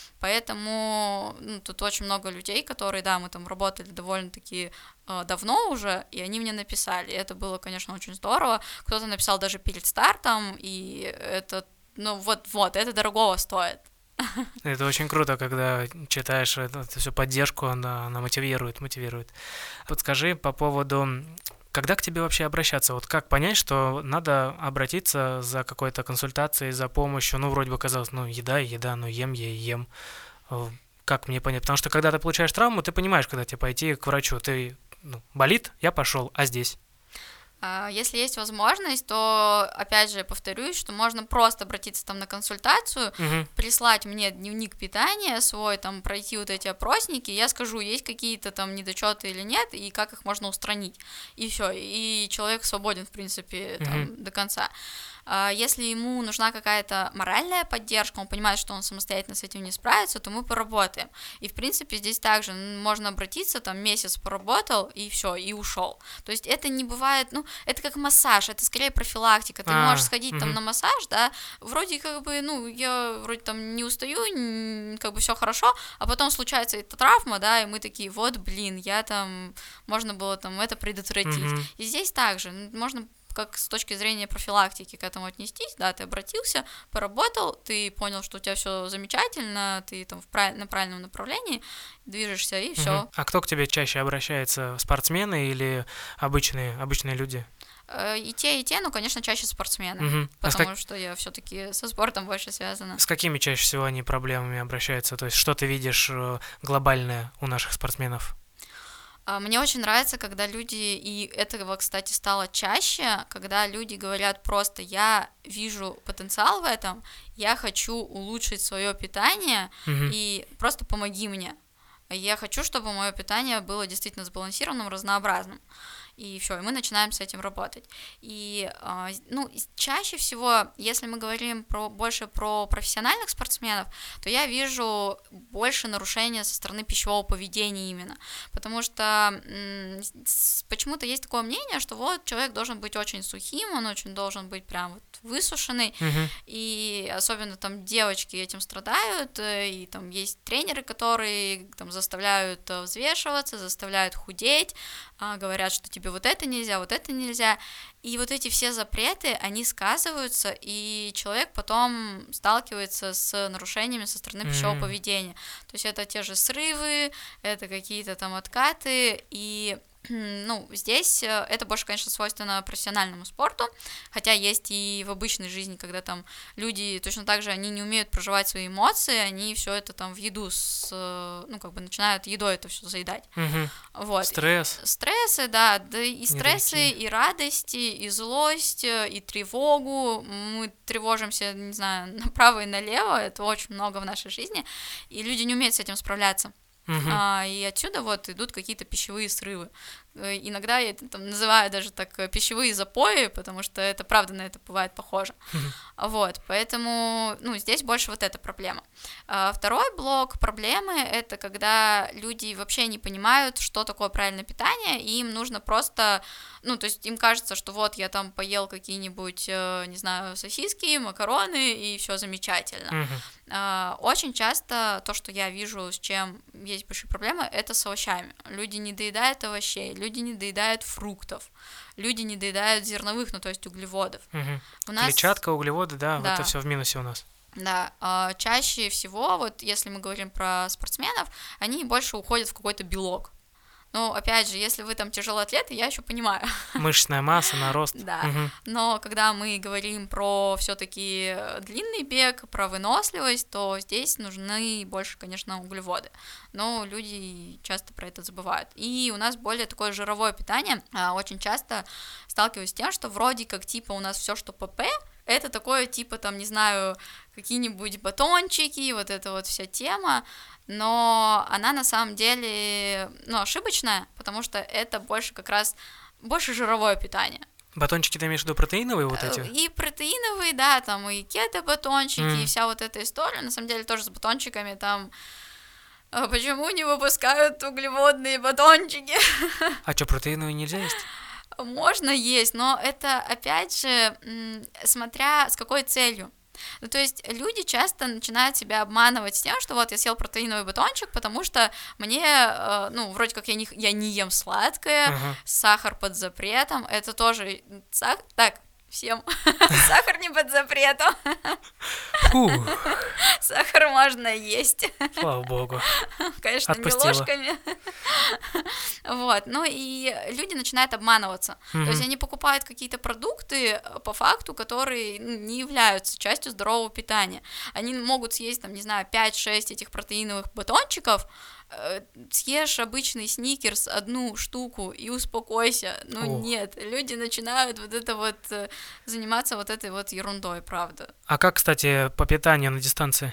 Поэтому ну, тут очень много людей, которые, да, мы там работали довольно-таки э, давно уже, и они мне написали. И это было, конечно, очень здорово. Кто-то написал даже перед стартом, и это, ну вот-вот, это дорогого стоит. Это очень круто, когда читаешь эту, эту всю поддержку, она, она мотивирует, мотивирует. Подскажи по поводу, когда к тебе вообще обращаться? Вот как понять, что надо обратиться за какой-то консультацией, за помощью? Ну, вроде бы казалось, ну, еда и еда, ну, ем я и ем. Э, Как мне понять? Потому что когда ты получаешь травму, ты понимаешь, когда тебе пойти к врачу. Ты, ну, болит, я пошел, а здесь? Если есть возможность, то, опять же, повторюсь, что можно просто обратиться там на консультацию, Мгм. прислать мне дневник питания свой, там, пройти вот эти опросники, я скажу, есть какие-то там недочеты или нет, и как их можно устранить. И все, и человек свободен, в принципе, там, Мгм. до конца. А Если ему нужна какая-то моральная поддержка, он понимает, что он самостоятельно с этим не справится, то мы поработаем. И, в принципе, здесь также можно обратиться, там, месяц поработал, и все, и ушел. То есть это не бывает, ну, это как массаж, это скорее профилактика. Ты А, можешь сходить там мгм. на массаж, да, вроде как бы, ну, я вроде там не устаю, н- как бы все хорошо, а потом случается эта травма, да, и мы такие, вот, блин, я там, можно было там это предотвратить. Мгм. И здесь также, м, можно как с точки зрения профилактики к этому отнестись, да, ты обратился, поработал, ты понял, что у тебя все замечательно, ты там в правиль- на правильном направлении движешься, и все. Мгм. А кто к тебе чаще обращается? Спортсмены или обычные, обычные люди? И те, и те, ну, конечно, чаще спортсмены, Мгм. А с, потому как- что я все-таки со спортом больше связана. с какими чаще всего они проблемами обращаются? То есть что ты видишь э, глобальное у наших спортсменов? А, Мне очень нравится, когда люди, и этого, кстати, стало чаще, когда люди говорят просто, я вижу потенциал в этом, я хочу улучшить свое питание, Мгм. и просто помоги мне. Я хочу, чтобы мое питание было действительно сбалансированным, разнообразным. И все, и мы начинаем с этим работать. И, а, ну, и чаще всего, если мы говорим про, больше про профессиональных спортсменов, то я вижу больше нарушения со стороны пищевого поведения именно. Потому что м, с- почему-то есть такое мнение, что вот человек должен быть очень сухим, он очень должен быть прям вот высушенный, Мгм. и особенно там девочки этим страдают, э, и там есть тренеры, которые там заставляют э, взвешиваться, заставляют худеть, а, говорят, что тебе вот это нельзя, вот это нельзя, и вот эти все запреты, они сказываются, и человек потом сталкивается с нарушениями со стороны пищевого М. поведения, то есть это те же срывы, это какие-то там откаты, и ну, здесь э, это больше, конечно, свойственно профессиональному спорту, хотя есть и в обычной жизни, когда там люди точно так же, они не умеют проживать свои эмоции, они все это там в еду, с, э, ну, как бы начинают едой это все заедать, Мгм. вот. Стресс. Стрессы, да, да и стрессы, Нервики. и радости, и злость, э, и тревогу, мы тревожимся, не знаю, направо и налево, это очень много в нашей жизни, и люди не умеют с этим справляться. Мгм. А, и отсюда вот идут какие-то пищевые срывы. Э, Иногда я это там называю даже так э, пищевые запои, потому что это правда на это бывает похоже. Мгм. Вот, поэтому, ну, здесь больше вот эта проблема. А, Второй блок проблемы — это когда люди вообще не понимают, что такое правильное питание, и им нужно просто, ну, то есть им кажется, что вот я там поел какие-нибудь, э, не знаю, сосиски, макароны, и все замечательно. Мгм. А, Очень часто то, что я вижу, с чем есть большие проблемы, это с овощами. Люди не доедают овощей, люди не доедают фруктов, люди не доедают зерновых, ну то есть углеводов. Мгм. У нас, Клетчатка, углеводы, да, Да. это все в минусе у нас. да, а, чаще всего, вот если мы говорим про спортсменов, они больше уходят в какой-то белок. Ну, опять же, если вы там тяжелоатлеты, я еще понимаю. Мышечная масса, нарост. Да. Мгм. Но когда мы говорим про все-таки длинный бег, про выносливость, то здесь нужны больше, конечно, углеводы. Но люди часто про это забывают. И у нас более такое жировое питание. А, Очень часто сталкиваюсь с тем, что вроде как типа у нас все, что ПП, это такое типа там, не знаю, какие-нибудь батончики, вот эта вот вся тема, но она на самом деле, ну, ошибочная, потому что это больше как раз больше жировое питание. Батончики ты имеешь в виду протеиновые вот эти? И протеиновые, да, там и кето-батончики, М. и вся вот эта история, на самом деле тоже с батончиками там. а Почему не выпускают углеводные батончики? А что, протеиновые нельзя есть? Можно есть, но это, опять же, м, смотря с какой целью. Ну, то есть люди часто начинают себя обманывать с тем, что вот я съел протеиновый батончик, потому что мне, э, ну, вроде как я не, я не ем сладкое, Ага. сахар под запретом, это тоже... сах- Так, всем, сахар не под запретом, Фу, сахар можно есть, слава богу. конечно, Отпустила. не ложками. Вот, ну и люди начинают обманываться. Мгм. То есть они покупают какие-то продукты по факту, которые ну, не являются частью здорового питания. Они могут съесть, там, не знаю, пять-шесть этих протеиновых батончиков, э, съешь обычный сникерс, одну штуку и успокойся. Ну Ох. нет, люди начинают вот это вот э, заниматься вот этой вот ерундой, правда. А как, кстати, по питанию на дистанции?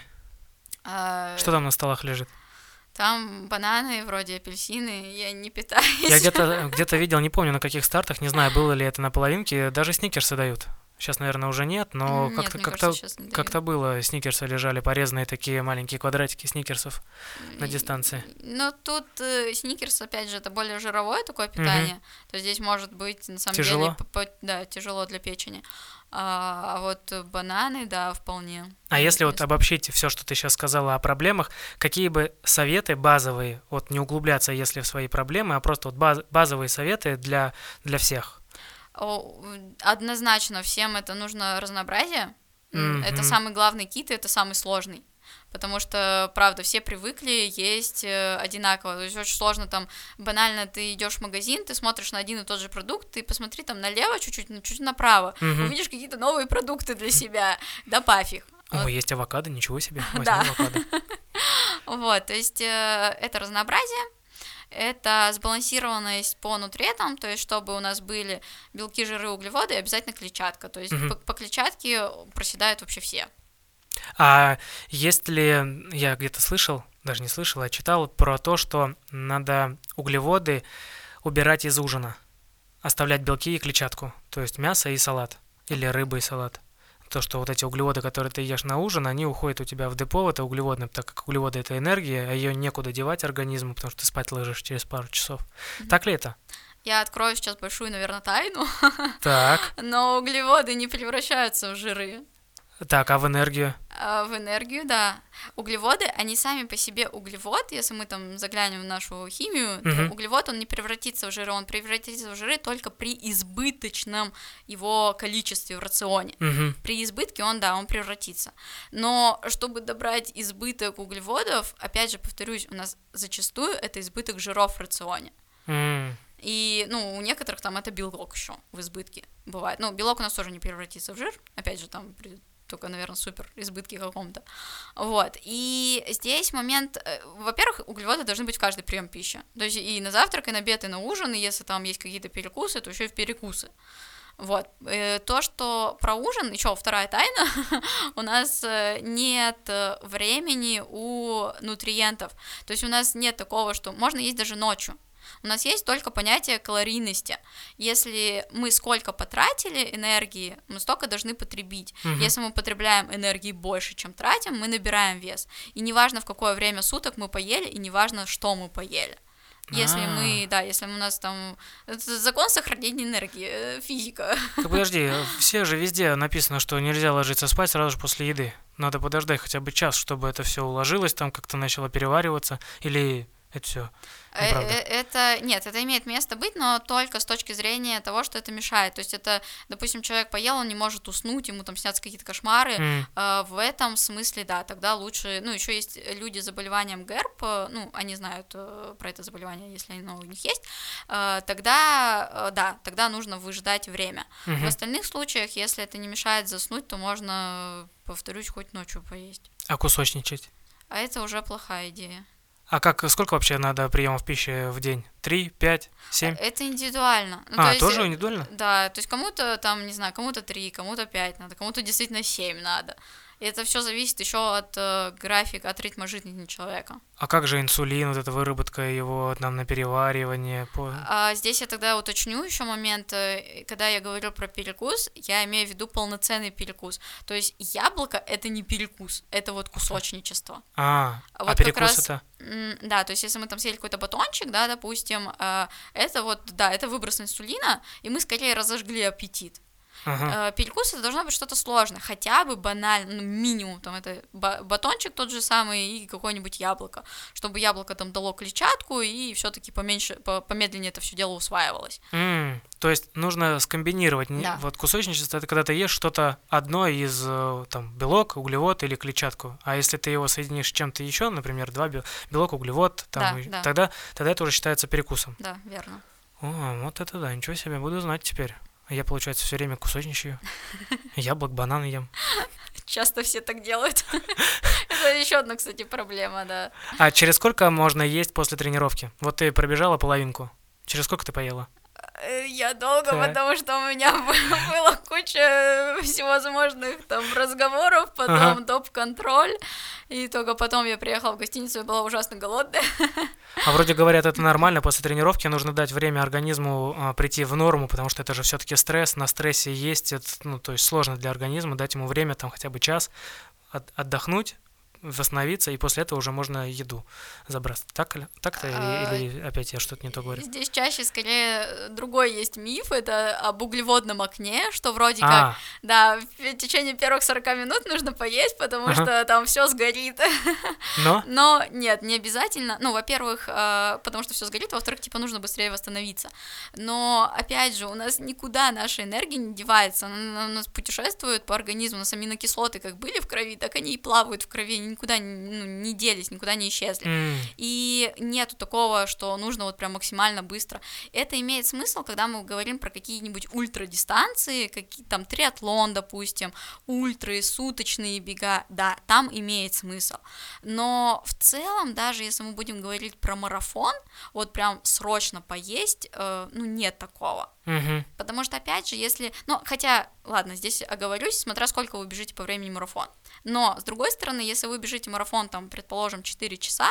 А, Что там на столах лежит? Там бананы, вроде апельсины, я не питаюсь. Я где-то где-то видел, не помню на каких стартах, не знаю, было ли это на половинке, даже сникерсы дают. Сейчас, наверное, уже нет, но Нет, как-то мне как-то кажется, сейчас не дают. как-то было, сникерсы лежали порезанные такие маленькие квадратики сникерсов на дистанции. Но тут э, сникерс, опять же, это более жировое такое питание, то есть здесь может быть, на самом Тяжело? деле, по- по- да, тяжело для печени. А, а вот бананы, да, вполне. А если вот Если- обобщить все, что ты сейчас сказала о проблемах, какие бы советы базовые, вот не углубляться, если в свои проблемы, а просто вот баз- базовые советы для, для всех? О, однозначно всем это нужно разнообразие. М, Мгм. Это самый главный кит, и это самый сложный. Потому что, правда, все привыкли есть э, одинаково. То есть очень сложно там, банально ты идешь в магазин, ты смотришь на один и тот же продукт, ты посмотри там налево чуть-чуть, ну, чуть направо, Мгм. увидишь какие-то новые продукты для себя, да пофиг. О, есть авокадо, ничего себе, возьму Да. авокадо. Вот, то есть э, это разнообразие, это сбалансированность по нутриентам, то есть чтобы у нас были белки, жиры, углеводы и обязательно клетчатка. То есть Мгм. по, по клетчатке проседают вообще все. А есть ли, я где-то слышал, даже не слышал, а читал про то, что надо углеводы убирать из ужина, оставлять белки и клетчатку, то есть мясо и салат, или рыба и салат. То, что вот эти углеводы, которые ты ешь на ужин, они уходят у тебя в депо, это углеводное, так как углеводы это энергия, а ее некуда девать организму, потому что ты спать ложишь через пару часов. Так ли это? Я открою сейчас большую, наверное, тайну, Так, но углеводы не превращаются в жиры. так, а в энергию? А в энергию, да. Углеводы, они сами по себе углевод, если мы там заглянем в нашу химию, то Мгм. углевод, он не превратится в жиры, он превратится в жиры только при избыточном его количестве в рационе. Мгм. При избытке он, да, он превратится. Но чтобы добрать избыток углеводов, опять же, повторюсь, у нас зачастую это избыток жиров в рационе. М. И, ну, у некоторых там это белок еще в избытке бывает. Ну, белок у нас тоже не превратится в жир, опять же, там при только, наверное, супер избытке каком-то. Вот. И здесь момент, э, во-первых, углеводы должны быть в каждый прием пищи. То есть и на завтрак, и на обед, и на ужин, и если там есть какие-то перекусы, то еще и в перекусы. Вот. Э, То, что про ужин, еще вторая тайна, у нас э, нет э, времени у нутриентов. То есть у нас нет такого, что можно есть даже ночью. У нас есть только понятие калорийности. Если мы сколько потратили энергии, мы столько должны потребить. Мгм. Если мы потребляем энергии больше, чем тратим, мы набираем вес. И неважно, в какое время суток мы поели, и неважно, что мы поели. Если А. мы, да, если у нас там... Это закон сохранения энергии, э, физика. Так подожди, все же везде написано, что нельзя ложиться спать сразу же после еды. Надо подождать хотя бы час, чтобы это все уложилось, там как-то начало перевариваться, или это все Э, неправда? э, Это, нет, это имеет место быть, но только с точки зрения того, что это мешает. То есть это, допустим, человек поел, он не может уснуть, ему там снятся какие-то кошмары. М. Э, В этом смысле, да, тогда лучше... Ну, еще есть люди с заболеванием ГЭРБ, э, ну, они знают э, про это заболевание, если оно у них есть. Э, Тогда, э, да, тогда нужно выждать время. В Мгм. остальных случаях, если это не мешает заснуть, то можно, повторюсь, хоть ночью поесть. А кусочничать? А это уже плохая идея. А как, сколько вообще надо приемов пищи в день? Три, пять, семь? Это индивидуально. Ну, то А, есть, тоже э, индивидуально? Да, то есть кому-то там, не знаю, кому-то три, кому-то пять надо, кому-то действительно семь надо. И это все зависит еще от э, графика, от ритма жизни человека. А как же инсулин, вот эта выработка его там на переваривание? по- А здесь я тогда уточню еще момент, э, когда я говорю про перекус, я имею в виду полноценный перекус. То есть яблоко это не перекус, это вот кусочничество. А, А а вот как перекус раз- это? М, Да, то есть если мы там съели какой-то батончик, да, допустим, э, это вот, да, это выброс инсулина, и мы скорее разожгли аппетит. Ага. Перекус это должно быть что-то сложное, хотя бы банально, ну, минимум, там, это батончик тот же самый и какое-нибудь яблоко, чтобы яблоко там дало клетчатку и все-таки поменьше, помедленнее это все дело усваивалось. Mm, то есть нужно скомбинировать. Да. Вот кусочничество, это когда ты ешь что-то одно из там белок, углевод или клетчатку, а если ты его соединишь с чем-то еще, например, два белок, углевод, там, да, и, да. Тогда, тогда это уже считается перекусом. Да, верно. О, вот это да, ничего себе, буду знать теперь. Я, получается, все время кусочничаю. Яблок, банан ем. Часто все так делают. Это еще одна, кстати, проблема, да. А через сколько можно есть после тренировки? Вот ты пробежала половинку. Через сколько ты поела? Я долго, так. Потому что у меня была куча всевозможных там разговоров, потом ага. доп-контроль, и только потом я приехала в гостиницу и была ужасно голодная. А вроде говорят, это нормально, после тренировки нужно дать время организму а, прийти в норму, потому что это же все-таки стресс, на стрессе есть, это, ну, то есть сложно для организма, дать ему время, там хотя бы час от, отдохнуть, восстановиться, и после этого уже можно еду забрать. Так ли? Так-то или, или опять я что-то не то говорю? Здесь чаще, скорее, другой есть миф, это об углеводном окне, что вроде а. как, да, в течение первых сорока минут нужно поесть, потому ага. что там все сгорит. Но? Но нет, не обязательно. Ну, во-первых, потому что все сгорит, во-вторых, типа нужно быстрее восстановиться. Но, опять же, у нас никуда наша энергия не девается, она у нас путешествует по организму, у нас аминокислоты как были в крови, так они и плавают в крови, никуда ну, не делись, никуда не исчезли. Mm. И нету такого, что нужно вот прям максимально быстро. Это имеет смысл, когда мы говорим про какие-нибудь ультрадистанции, какие там триатлон, допустим, ультры, суточные бега, да, там имеет смысл. Но в целом, даже если мы будем говорить про марафон, вот прям срочно поесть, э, ну, нет такого. Mm-hmm. Потому что, опять же, если... Ну, хотя, ладно, здесь оговорюсь, смотря сколько вы бежите по времени марафон. Но, с другой стороны, если вы бежите марафон, там, предположим, четыре часа,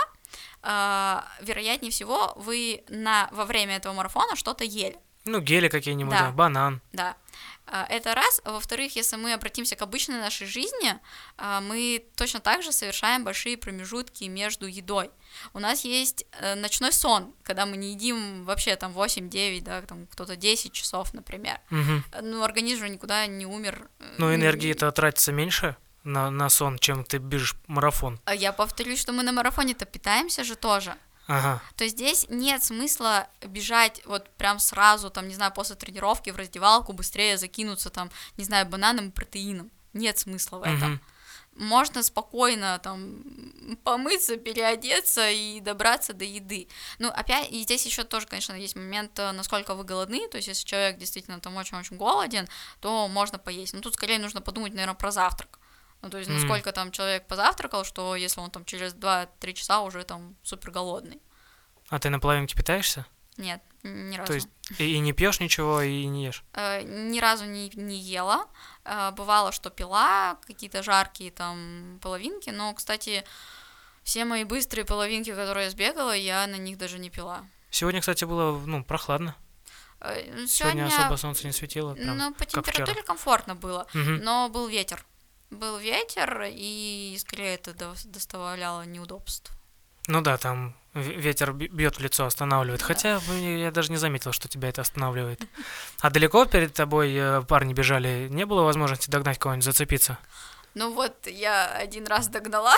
э, вероятнее всего, вы на, во время этого марафона что-то ели. Ну, гели какие-нибудь, да. да, банан. Да, это раз. Во-вторых, если мы обратимся к обычной нашей жизни, мы точно так же совершаем большие промежутки между едой. У нас есть ночной сон, когда мы не едим вообще там восемь-девять, да, там кто-то десять часов, например. Угу. Ну, организм же никуда не умер. Ну, энергии-то тратится меньше на, на сон, чем ты бежишь марафон. Я повторюсь, что мы на марафоне-то питаемся же тоже. Ага. То есть здесь нет смысла бежать вот прям сразу, там, не знаю, после тренировки в раздевалку, быстрее закинуться, там, не знаю, бананом и протеином. Нет смысла в этом. Угу. Можно спокойно там помыться, переодеться и добраться до еды. Ну, опять, и здесь еще тоже, конечно, есть момент, насколько вы голодны, то есть если человек действительно там очень-очень голоден, то можно поесть. Но тут скорее нужно подумать, наверное, про завтрак. Ну, то есть, mm. насколько там человек позавтракал, что если он там через два-три часа уже там супер голодный. А ты на половинке питаешься? Нет, ни разу. То есть и, и не пьешь ничего, и не ешь? Э, ни разу не, не ела. Э, бывало, что пила какие-то жаркие там половинки, но, кстати, все мои быстрые половинки, которые я сбегала, я на них даже не пила. Сегодня, кстати, было, ну, прохладно. Э, сегодня, сегодня особо солнце не светило. Прям, ну, по как температуре вчера. Комфортно было, угу. но был ветер. Был ветер, и скорее это доставляло неудобств. Ну да, там ветер бьет в лицо, останавливает. Да. Хотя я даже не заметил, что тебя это останавливает. А далеко перед тобой парни бежали? Не было возможности догнать кого-нибудь, зацепиться? Ну вот, я один раз догнала.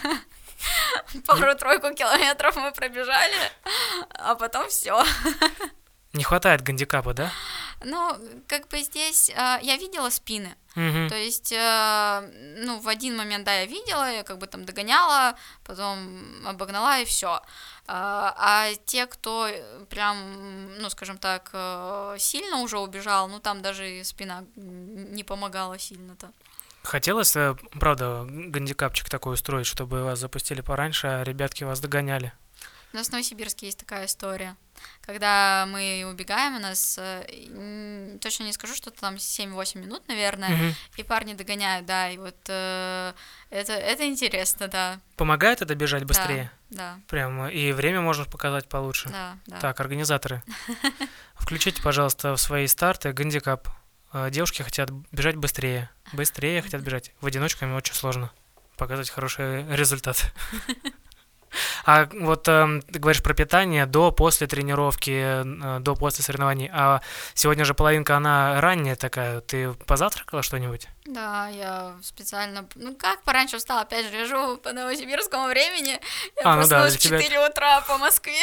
Пару-тройку километров мы пробежали, а потом все. Не хватает гандикапа, да? Ну, как бы здесь э, я видела спины, угу. то есть, э, ну, в один момент, да, я видела, я как бы там догоняла, потом обогнала и все. А, а те, кто прям, ну, скажем так, сильно уже убежал, ну, там даже и спина не помогала сильно-то. Хотелось, правда, гандикапчик такой устроить, чтобы вас запустили пораньше, а ребятки вас догоняли? У нас в Новосибирске есть такая история. Когда мы убегаем, у нас, э, точно не скажу, что там семь-восемь минут, наверное, угу. и парни догоняют, да, и вот э, это, это интересно, да. Помогает это бежать быстрее? Да, да. Прям, и время можно показать получше? Да, да. Так, организаторы, включите, пожалуйста, в свои старты гандикап. Девушки хотят бежать быстрее, быстрее хотят бежать. В одиночку им очень сложно показать хороший результат. А вот эм, ты говоришь про питание до, после тренировки, э, до, после соревнований. А сегодня же половинка, она ранняя такая. Ты позавтракала что-нибудь? Да, я специально, ну как пораньше встала, опять же, я живу по новосибирскому времени, я А, ну да, проснулась для в тебя... четыре утра по Москве,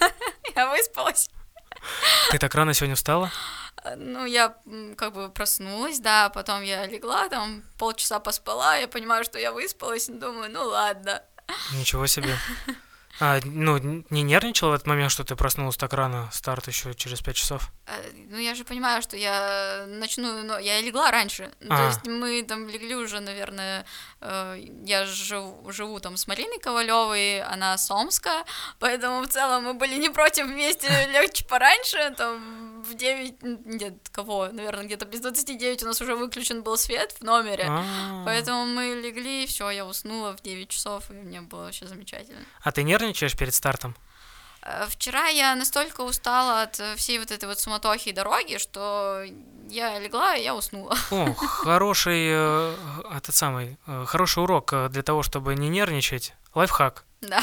я выспалась. Ты так рано сегодня встала? Ну, я м, как бы проснулась, да, потом я легла, там полчаса поспала, я понимаю, что я выспалась, и думаю, ну ладно. Ничего себе. А, ну, н- не нервничала в этот момент, что ты проснулась так рано? Старт еще через пять часов. Э, Ну, я же понимаю, что я начну, но я легла раньше. Ну, то А, есть мы там легли уже, наверное, э, я живу, живу там с Мариной Ковалевой, она с Омска, поэтому в целом мы были не против вместе лечь пораньше, там в девять, нет, кого, наверное, где-то без двадцати девять у нас уже выключен был свет в номере, а. поэтому мы легли, все, я уснула в девять часов, и мне было вообще замечательно. А ты нервничаешь перед стартом? Э, Вчера я настолько устала от э, всей вот этой вот суматохи и дороги, что я легла и я уснула. О, хороший, э, этот самый, э, хороший урок э, для того, чтобы не нервничать. Лайфхак. Да.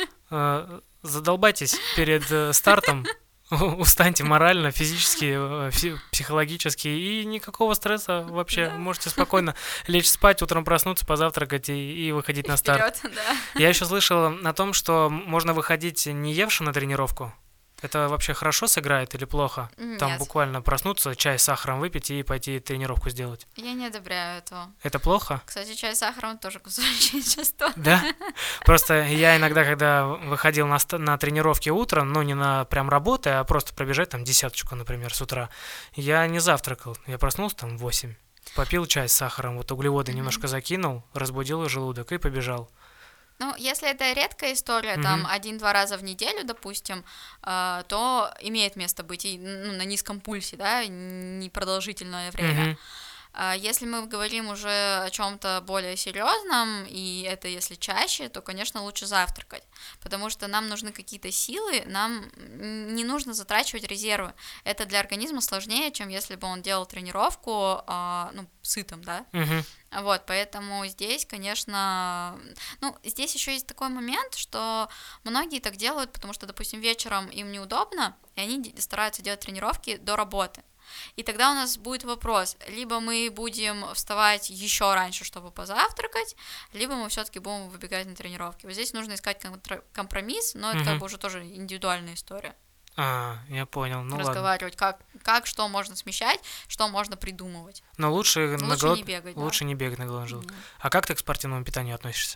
Э, Задолбайтесь перед э, стартом, устаньте морально, физически, э, фи- психологически, и никакого стресса вообще. Да. Можете спокойно лечь спать, утром проснуться, позавтракать и, и выходить на старт. Вперед, да. Я еще слышал о том, что можно выходить не евшим на тренировку. Это вообще хорошо сыграет или плохо? Там Нет, буквально проснуться, чай с сахаром выпить и пойти тренировку сделать. я не одобряю этого. Это плохо? Кстати, чай с сахаром тоже кусочек часто. Да? Просто я иногда, когда выходил на, ста- на тренировки утром, ну не на прям работы, а просто пробежать там десяточку, например, с утра, я не завтракал. Я проснулся там в восемь, попил чай с сахаром, вот углеводы Мгм. немножко закинул, разбудил желудок и побежал. Ну, если это редкая история, там Мгм. один-два раза в неделю, допустим, э, то имеет место быть и ну, на низком пульсе, да, непродолжительное время. Мгм. А если мы говорим уже о чем-то более серьезном, и это если чаще, то, конечно, лучше завтракать, потому что нам нужны какие-то силы, нам не нужно затрачивать резервы. Это для организма сложнее, чем если бы он делал тренировку, а, ну, сытым, да. Мгм. Вот, поэтому здесь, конечно, ну, здесь еще есть такой момент, что многие так делают, потому что, допустим, вечером им неудобно, и они де- стараются делать тренировки до работы. И тогда у нас будет вопрос, либо мы будем вставать еще раньше, чтобы позавтракать, либо мы все-таки будем выбегать на тренировки. Вот здесь нужно искать контр- компромисс, но это как Мгм. бы уже тоже индивидуальная история. А, я понял, ну ладно. Разговаривать, как, как что можно смещать, что можно придумывать. Но лучше, на Лучше голод- не бегать, да. лучше не бегать на голодный желудок. Мгм. А как ты к спортивному питанию относишься?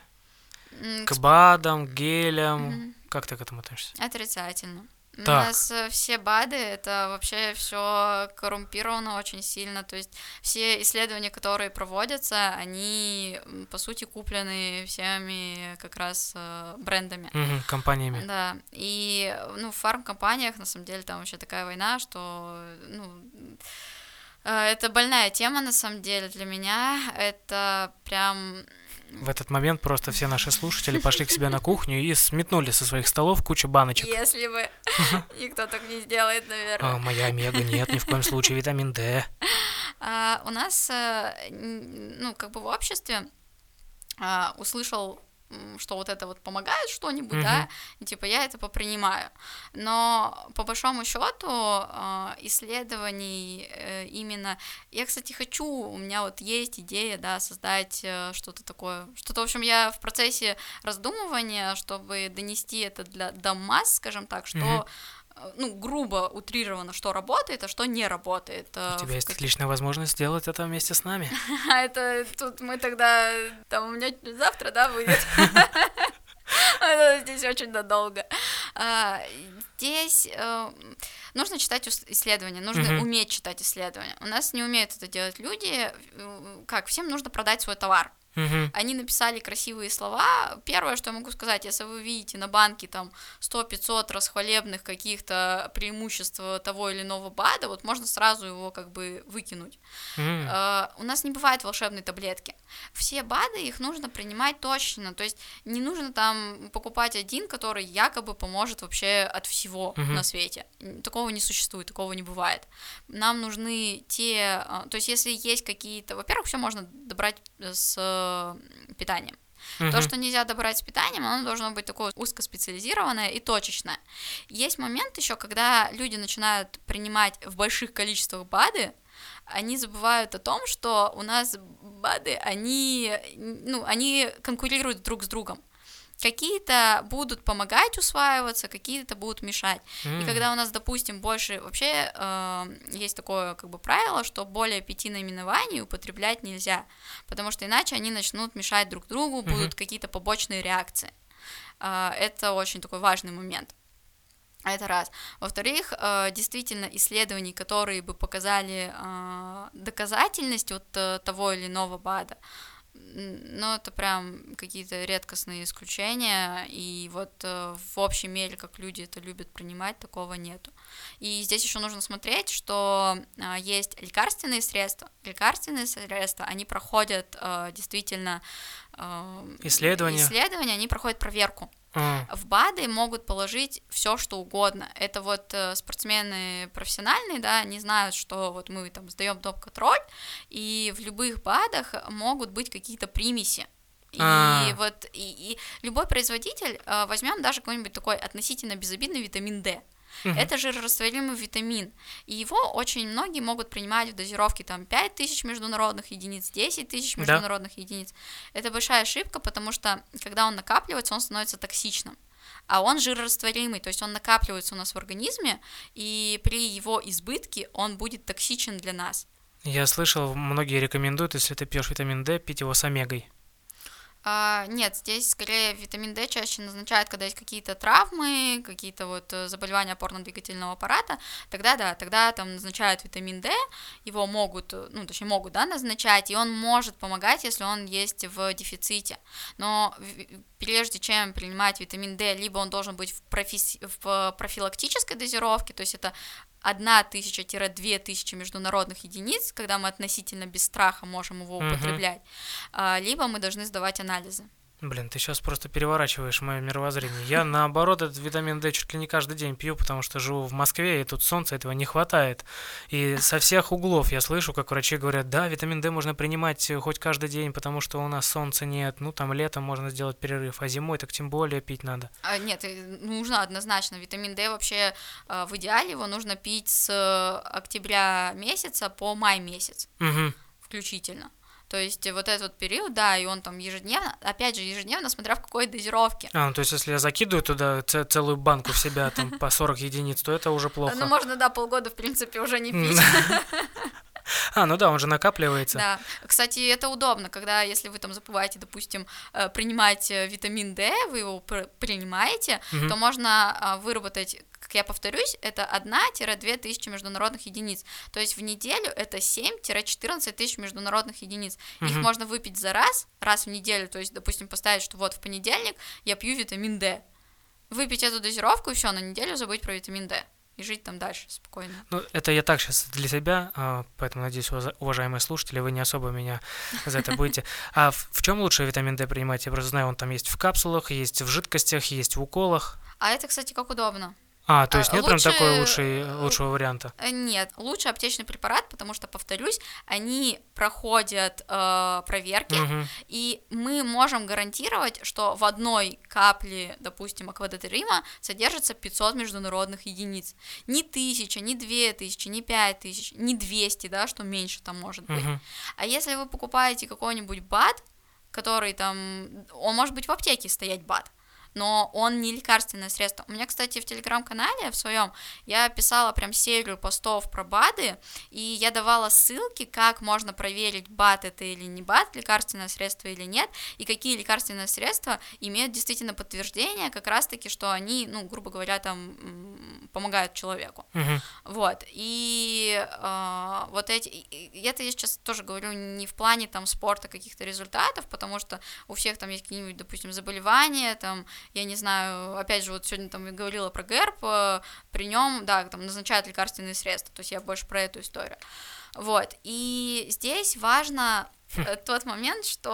М, К к БАДам, к гелям? Мгм. Как ты к этому относишься? Отрицательно. У Так. нас э, все БАДы, это вообще все коррумпировано очень сильно, то есть все исследования, которые проводятся, они, м, по сути, куплены всеми как раз э, брендами. Мгм, компаниями. Да, и, ну, в фармкомпаниях, на самом деле, там вообще такая война, что, ну, э, это больная тема, на самом деле, для меня, это прям... В этот момент просто все наши слушатели пошли к себе на кухню и сметнули со своих столов кучу баночек. Если бы никто так не сделает, наверное. А, моя омега, нет, ни в коем случае, витамин D. А, у нас, э, н- ну, как бы в обществе а, услышал, м, что вот это вот помогает что-нибудь, да, Мгм. и типа я это попринимаю. Но по большому счету а, исследований э, именно... Я, кстати, хочу, у меня вот есть идея, да, создать э, что-то такое, что-то, в общем, я в процессе раздумывания, чтобы донести это для, до масс, скажем так, что... Мгм. э, Ну, грубо утрировано, что работает, а что не работает. э, У тебя в есть каких- отличная возможность сделать это вместе с нами. А это тут мы тогда, там у меня завтра, да, выйдет. Это здесь очень надолго. А, Здесь э, нужно читать ус- исследования, нужно Мгм. уметь читать исследования. У нас не умеют это делать люди. э, Как, всем нужно продать свой товар. Мгм. Они написали красивые слова. Первое, что я могу сказать, если вы видите на банке там сто-пятьсот расхвалебных каких-то преимуществ того или иного БАДа, вот можно сразу его как бы выкинуть. М. Э, У нас не бывает волшебной таблетки. Все БАДы, их нужно принимать точно, то есть не нужно там покупать один, который якобы поможет вообще от всего Мгм. на свете. М, Такого не существует, такого не бывает. Нам нужны те, э, то есть если есть какие-то, во-первых, все можно добрать с э, питанием. Угу. То, что нельзя добрать с питанием, оно должно быть такое узкоспециализированное и точечное. Есть момент еще, когда люди начинают принимать в больших количествах БАДы, они забывают о том, что у нас БАДы, они, ну, они конкурируют друг с другом. Какие-то будут помогать усваиваться, какие-то будут мешать. Mm. И когда у нас, допустим, больше... Вообще э, есть такое как бы правило, что более пяти наименований употреблять нельзя, потому что иначе они начнут мешать друг другу, mm-hmm. будут какие-то побочные реакции. Э, это очень такой важный момент. Это раз. Во-вторых, действительно, исследований, которые бы показали доказательность вот того или иного БАДа, ну, это прям какие-то редкостные исключения, и вот в общей мере, как люди это любят принимать, такого нету. И здесь еще нужно смотреть, что есть лекарственные средства. Лекарственные средства, они проходят действительно исследования, исследования они проходят проверку. Mm. В БАДы могут положить все, что угодно. Это вот э, спортсмены профессиональные, да, они знают, что вот мы там сдаем доп-контроль, и в любых БАДах могут быть какие-то примеси. И А. вот и, и любой производитель, э, возьмем даже какой-нибудь такой относительно безобидный витамин D. Uh-huh. Это жирорастворимый витамин, и его очень многие могут принимать в дозировке там пять тысяч международных единиц, десять тысяч международных да. единиц. Это большая ошибка, потому что когда он накапливается, он становится токсичным, а он жирорастворимый, то есть он накапливается у нас в организме, и при его избытке он будет токсичен для нас. Я слышал, многие рекомендуют, если ты пьешь витамин D, пить его с омегой. Uh, нет, здесь скорее витамин D чаще назначают, когда есть какие-то травмы, какие-то вот заболевания опорно-двигательного аппарата, тогда да, тогда там назначают витамин D, его могут, ну, точнее могут, да, назначать, и он может помогать, если он есть в дефиците, но прежде чем принимать витамин D, либо он должен быть в, профи- в профилактической дозировке, то есть это одна тысяча-две тысячи международных единиц, когда мы относительно без страха можем его употреблять, uh-huh. либо мы должны сдавать анализы. Блин, ты сейчас просто переворачиваешь мое мировоззрение. Я, наоборот, этот витамин D чуть ли не каждый день пью, потому что живу в Москве, и тут солнца этого не хватает. И со всех углов я слышу, как врачи говорят, да, витамин D можно принимать хоть каждый день, потому что у нас солнца нет, ну, там летом можно сделать перерыв, а зимой так тем более пить надо. А, нет, нужно однозначно. Витамин D вообще в идеале его нужно пить с октября месяца по май месяц, угу. включительно. То есть вот этот вот период, да, и он там ежедневно, опять же, ежедневно, смотря в какой дозировке. А, ну, то есть если я закидываю туда целую банку в себя там по сорок единиц, то это уже плохо. Ну, можно, да, полгода, в принципе, уже не пить. А, ну да, он же накапливается. Да. Кстати, это удобно, когда, если вы там забываете, допустим, принимать витамин D, вы его принимаете, угу. то можно выработать, как я повторюсь, это одна-две тысячи международных единиц. То есть в неделю это семь-четырнадцать тысяч международных единиц. Угу. Их можно выпить за раз, раз в неделю, то есть, допустим, поставить, что вот в понедельник я пью витамин D. Выпить эту дозировку и все, на неделю забыть про витамин D. И жить там дальше спокойно. Ну, это я так сейчас для себя, поэтому, надеюсь, уважаемые слушатели, вы не особо меня за это будете. А в, в чем лучше витамин D принимать? Я просто знаю, он там есть в капсулах, есть в жидкостях, есть в уколах. А это, кстати, как удобно. А, то есть нет лучше... прям такой лучшей, лучшего варианта? Нет, лучше аптечный препарат, потому что, повторюсь, они проходят э, проверки, угу. и мы можем гарантировать, что в одной капле, допустим, аквадотрима содержится пятьсот международных единиц. Не тысяча, не две тысячи, не пять тысяч, не двести, да, что меньше там может быть. Угу. А если вы покупаете какой-нибудь БАД, который там, он может быть в аптеке стоять БАД, но он не лекарственное средство. У меня, кстати, в телеграм-канале в своем я писала прям серию постов про БАДы, и я давала ссылки, как можно проверить, БАД это или не БАД, лекарственное средство или нет, и какие лекарственные средства имеют действительно подтверждение, как раз-таки, что они, ну, грубо говоря, там помогают человеку. Uh-huh. Вот, и э, вот эти, и это я сейчас тоже говорю не в плане там спорта каких-то результатов, потому что у всех там есть какие-нибудь, допустим, заболевания, там, я не знаю, опять же, вот сегодня там я говорила про ГЭРБ, при нем, да, там назначают лекарственные средства, то есть я больше про эту историю. Вот, и здесь важно тот момент, что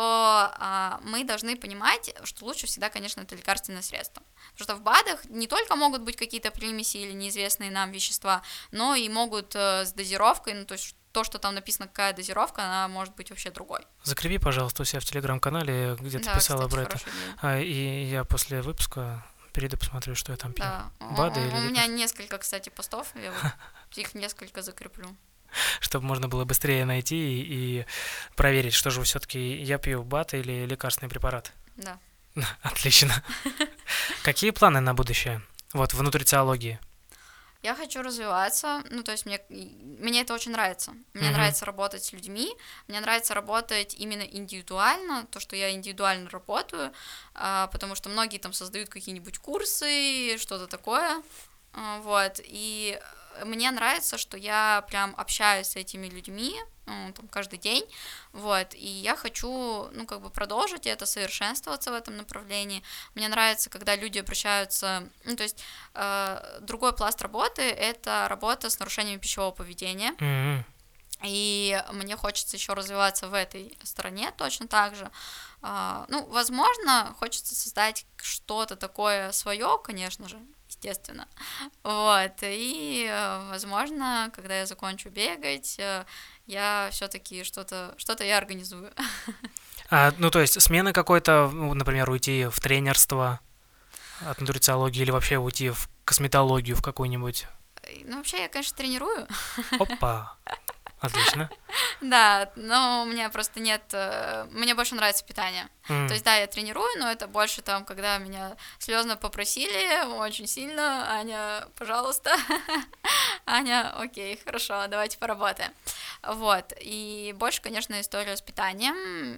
а, мы должны понимать, что лучше всегда, конечно, это лекарственное средство. Потому что в БАДах не только могут быть какие-то примеси или неизвестные нам вещества, но и могут э, с дозировкой, ну, то есть то, что там написано, какая дозировка, она может быть вообще другой. Закреpi, пожалуйста, у себя в телеграм-канале, где ты Да, писала кстати, про это. А, и я после выпуска перейду посмотрю, что я там пью. Да. БАДы у, или у меня лекарства? несколько, кстати, постов, я вот их несколько закреплю. Чтобы можно было быстрее найти и, и проверить, что же все-таки я пью, БАД или лекарственный препарат. Да. Отлично. Какие планы на будущее? Вот, в нутрициологии. Я хочу развиваться, ну, то есть мне, мне это очень нравится. Мне Мгм. нравится работать с людьми, мне нравится работать именно индивидуально, то, что я индивидуально работаю, а, потому что многие там создают какие-нибудь курсы, что-то такое, а, вот, и мне нравится, что я прям общаюсь с этими людьми, ну, там, каждый день, вот, и я хочу, ну, как бы продолжить это, совершенствоваться в этом направлении. Мне нравится, когда люди обращаются, ну, то есть э, другой пласт работы — это работа с нарушениями пищевого поведения, Мгм. и мне хочется еще развиваться в этой стороне точно так же. А, ну, возможно, хочется создать что-то такое свое, конечно же, естественно. Вот, и, э, возможно, когда я закончу бегать, э, я все-таки что-то, что-то я организую. А, ну, то есть смена какой-то, ну, например, уйти в тренерство от нутрициологии или вообще уйти в косметологию в какую-нибудь. Ну, вообще, я, конечно, тренирую. Опа. Отлично. Да, но у меня просто нет... э, Мне больше нравится питание. М. То есть, да, я тренирую, но это больше там, когда меня слезно попросили очень сильно: Аня, пожалуйста, Аня, окей, хорошо, давайте поработаем. Вот, и больше, конечно, история с питанием,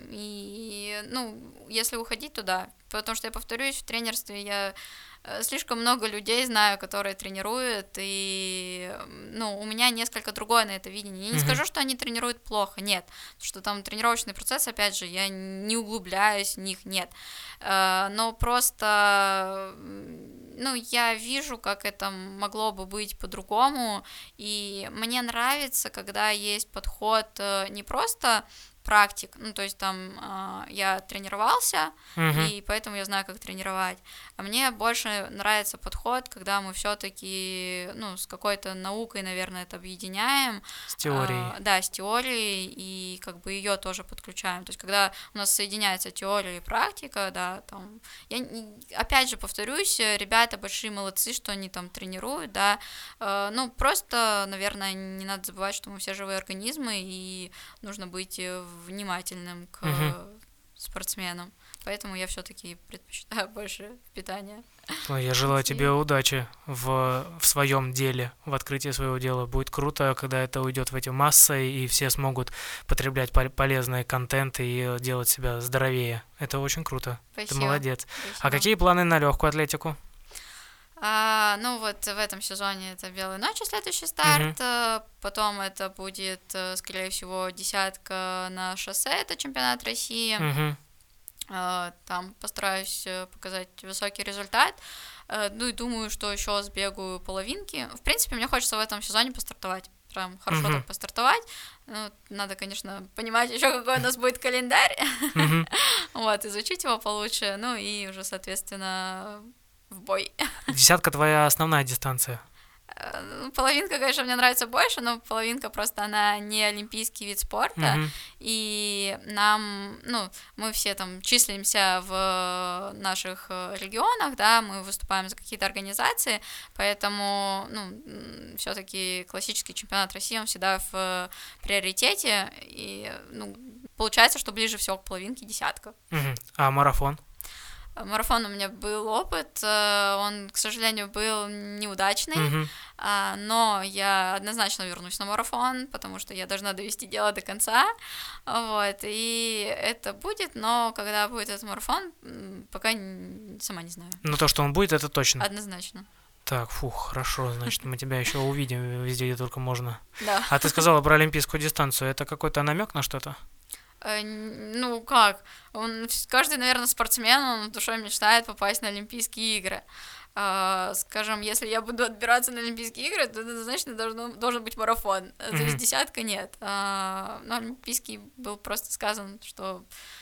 и, ну, если уходить туда, потому что, я повторюсь, в тренерстве я э, слишком много людей знаю, которые тренируют, и, ну, у меня несколько другое на это видение. Я не Мгм. скажу, что они тренируют плохо, нет, что там тренировочный процесс, опять же, я не углубляюсь в них, нет, Э, но просто, м, ну, я вижу, как это могло бы быть по-другому, и мне нравится, когда есть подход э, не просто практик, ну, то есть там э, я тренировался, Мгм. и поэтому я знаю, как тренировать. А мне больше нравится подход, когда мы все-таки, ну, с какой-то наукой, наверное, это объединяем. С теорией. А, да, с теорией, и как бы ее тоже подключаем. То есть, когда у нас соединяется теория и практика, да, там, я, не- опять же, повторюсь, э, ребята большие молодцы, что они там тренируют, да, Э, ну, просто, наверное, не надо забывать, что мы все живые организмы, и нужно быть э, внимательным к Мгм. спортсменам. Поэтому я все-таки предпочитаю больше питание. Ой, я желаю Идти. тебе удачи в, в своем деле, в открытии своего дела. Будет круто, когда это уйдет в эти массы, и все смогут потреблять пол- полезный контент и делать себя здоровее. Это очень круто. Ты Спасибо. молодец. А Спасибо. какие планы на легкую атлетику? А, ну вот в этом сезоне это «Белые ночи», следующий старт, э, потом это будет, э, скорее всего, десятка на шоссе, это чемпионат России. Мгм. Э, там постараюсь э, показать высокий результат. Э, Ну и думаю, что еще сбегаю половинки. В принципе, мне хочется в этом сезоне постартовать. Прям хорошо Мгм. так постартовать. Ну, надо, конечно, понимать еще, какой у нас будет календарь. Мгм. Вот, изучить его получше. Ну и уже, соответственно, в бой. Десятка твоя основная дистанция. Э, ну, Половинка, конечно, мне нравится больше, но половинка просто она не олимпийский вид спорта, Мгм. и нам, ну, мы все там числимся в наших э, регионах, да, мы выступаем за какие-то организации, поэтому, ну, все-таки классический чемпионат России, он всегда в э, приоритете, и, ну, получается, что ближе всего к половинке десятка. Мгм. А марафон? Марафон у меня был опыт, э, он, к сожалению, был неудачный, Мгм. а, но я однозначно вернусь на марафон, потому что я должна довести дело до конца, вот, и это будет, но когда будет этот марафон, м, пока н- сама не знаю, Ну, то, что он будет, это точно. однозначно, Так, фух, хорошо, значит, мы тебя еще увидим везде, где только можно. да. А ты сказала про олимпийскую дистанцию. Это какой-то намек на что-то? Э, н- Ну, как, он, вс- каждый, наверное, спортсмен, он душой мечтает попасть на Олимпийские игры. А, Скажем, если я буду отбираться на Олимпийские игры, то это значит, должно, должен быть марафон. То есть Мгм. десятка нет. А, Но Олимпийский был просто сказан, что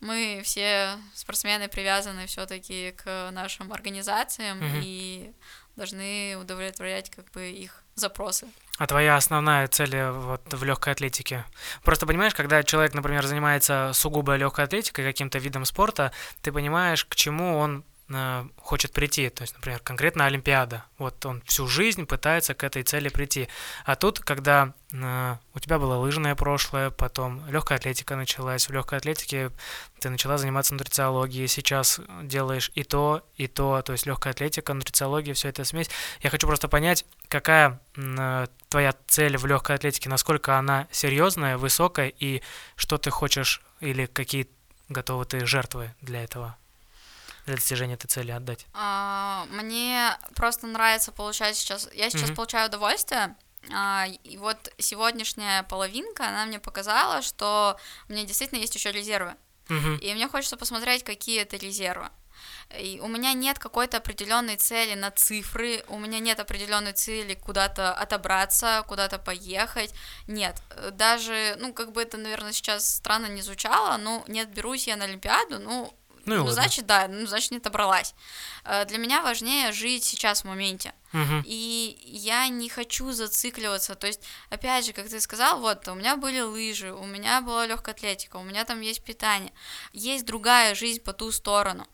Мы все спортсмены привязаны все-таки к нашим организациям Мгм. и должны удовлетворять как бы их запросы. А твоя основная цель э, вот в легкой атлетике? Просто понимаешь, когда человек, например, занимается сугубо легкой атлетикой, каким-то видом спорта, ты понимаешь, к чему он э, хочет прийти. То есть, например, конкретно Олимпиада. Вот он всю жизнь пытается к этой цели прийти. А тут, когда э, у тебя было лыжное прошлое, потом легкая атлетика началась, в легкой атлетике ты начала заниматься нутрициологией, сейчас делаешь и то, и то, то есть легкая атлетика, нутрициология, все это смесь. Я хочу просто понять, какая м, твоя цель в легкой атлетике, насколько она серьезная, высокая, и что ты хочешь или какие готовы ты жертвы для этого, для достижения этой цели отдать. А, Мне просто нравится получать сейчас... Я сейчас Мгм. получаю удовольствие, а, и вот сегодняшняя половинка, она мне показала, что у меня действительно есть еще резервы. Мгм. И мне хочется посмотреть, какие это резервы. И у меня нет какой-то определенной цели на цифры, у меня нет определенной цели куда-то отобраться, куда-то поехать. Нет, э, даже, ну, как бы это, наверное, сейчас странно не звучало, ну, не отберусь я на Олимпиаду, ну, Ну и ну, ладно. значит, да, ну, значит, не отобралась. Э, Для меня важнее жить сейчас в моменте. Мгм. И я не хочу зацикливаться. То есть, опять же, как ты сказал, вот, у меня были лыжи, у меня была легкая атлетика, у меня там есть питание. Есть другая жизнь по ту сторону.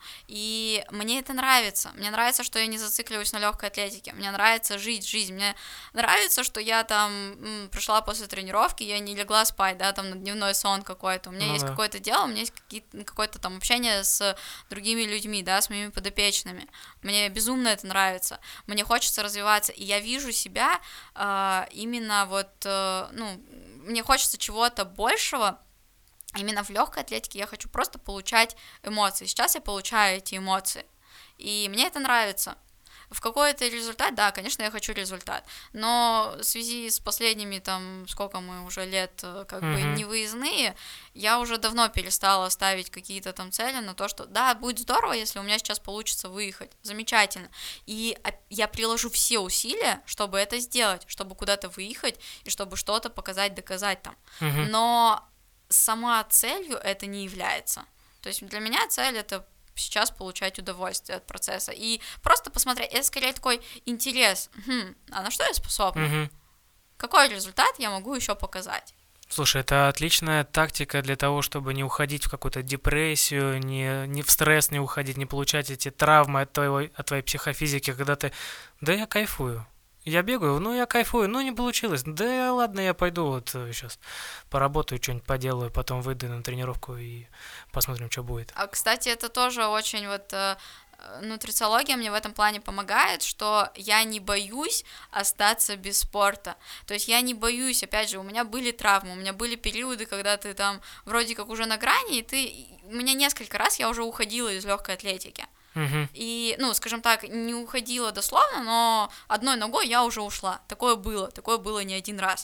И мне это нравится. Мне нравится, что я не зацикливаюсь на легкой атлетике. Мне нравится жить жизнь. Мне нравится, что я там м, пришла после тренировки, я не легла спать, да, там на дневной сон какой-то. У меня Ну есть да. какое-то дело, у меня есть какие-то- какое-то там общение с другими людьми, да, с моими подопечными. Мне безумно это нравится. Мне хочется развиваться, и я вижу себя а, именно вот, э, ну, мне хочется чего-то большего. Именно в легкой атлетике я хочу просто получать эмоции. Сейчас я получаю эти эмоции, и мне это нравится. В какой это результат? Да, конечно, я хочу результат. Но в связи с последними, там, сколько мы уже лет, э, как бы, Мгм. невыездные, я уже давно перестала ставить какие-то там цели на то, что, да, будет здорово, если у меня сейчас получится выехать, замечательно. И а, я приложу все усилия, чтобы это сделать, чтобы куда-то выехать, и чтобы что-то показать, доказать там. Мгм. Но сама целью это не является. То есть для меня цель это сейчас получать удовольствие от процесса. И просто посмотреть, это скорее такой интерес. Хм, а на что я способна? Мгм. Какой результат я могу еще показать? Слушай, это отличная тактика для того, чтобы не уходить в какую-то депрессию, не, не в стресс не уходить, не получать эти травмы от, твоего, от твоей психофизики, когда ты, да я кайфую, я бегаю, ну я кайфую, ну не получилось, да ладно, я пойду вот сейчас поработаю, что-нибудь поделаю, потом выйду на тренировку и посмотрим, что будет. А, кстати, это тоже очень вот э, э, нутрициология мне в этом плане помогает, что я не боюсь остаться без спорта. То есть я не боюсь, опять же, у меня были травмы, у меня были периоды, когда ты там вроде как уже на грани, и ты... У меня несколько раз я уже уходила из легкой атлетики. Мгм. И, ну, скажем так, не уходила дословно, но одной ногой я уже ушла. Такое было, такое было не один раз.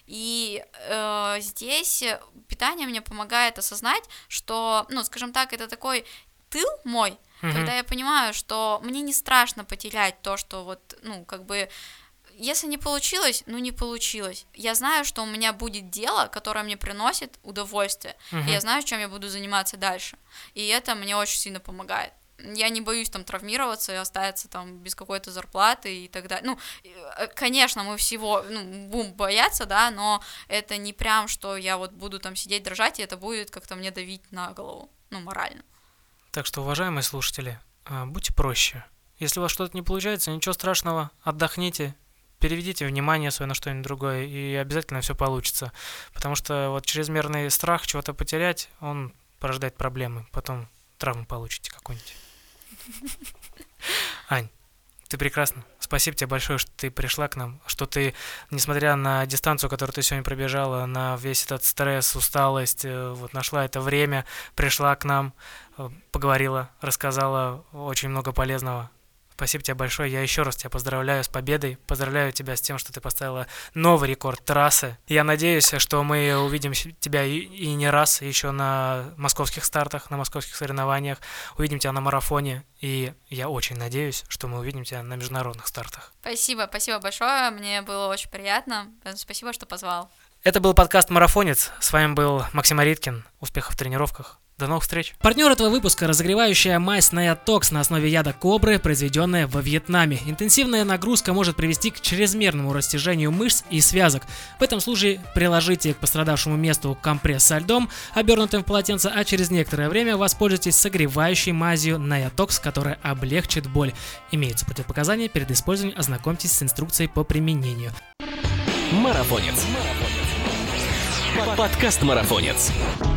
И э, здесь питание мне помогает осознать, что, ну, скажем так, это такой тыл мой, Мгм. когда я понимаю, что мне не страшно потерять то, что вот, ну, как бы, если не получилось, ну не получилось. Я знаю, что у меня будет дело, которое мне приносит удовольствие. Мгм. И я знаю, чем я буду заниматься дальше. И это мне очень сильно помогает. Я не боюсь там травмироваться и остаться там без какой-то зарплаты и так далее. Ну, э, конечно, мы всего, ну, будем бояться, да, но это не прям, что я вот буду там сидеть, дрожать, и это будет как-то мне давить на голову, ну, морально. Так что, уважаемые слушатели, а, будьте проще. Если у вас что-то не получается, ничего страшного, отдохните, переведите внимание свое на что-нибудь другое, и обязательно все получится. Потому что вот чрезмерный страх чего-то потерять, он порождает проблемы. Потом травму получите какую-нибудь. Ань, ты прекрасна. Спасибо тебе большое, что ты пришла к нам, что ты, несмотря на дистанцию, которую ты сегодня пробежала, на весь этот стресс, усталость, э, вот нашла это время, пришла к нам, э, поговорила, рассказала очень много полезного. Спасибо тебе большое. Я еще раз тебя поздравляю с победой. Поздравляю тебя с тем, что ты поставила новый рекорд трассы. Я надеюсь, что мы увидим тебя и, и не раз еще на московских стартах, на московских соревнованиях. Увидим тебя на марафоне. И я очень надеюсь, что мы увидим тебя на международных стартах. Спасибо, спасибо большое, мне было очень приятно. Спасибо, что позвал. Это был подкаст «Марафонец». С вами был Максим Ариткин. Успехов в тренировках До новых встреч. Партнер этого выпуска – разогревающая мазь Наятокс на основе яда кобры, произведенная во Вьетнаме. Интенсивная нагрузка может привести к чрезмерному растяжению мышц и связок. В этом случае приложите к пострадавшему месту компресс со льдом, обернутым в полотенце, а через некоторое время воспользуйтесь согревающей мазью Наятокс, которая облегчит боль. Имеются противопоказания, перед использованием ознакомьтесь с инструкцией по применению. Марафонец. Подкаст «Марафонец».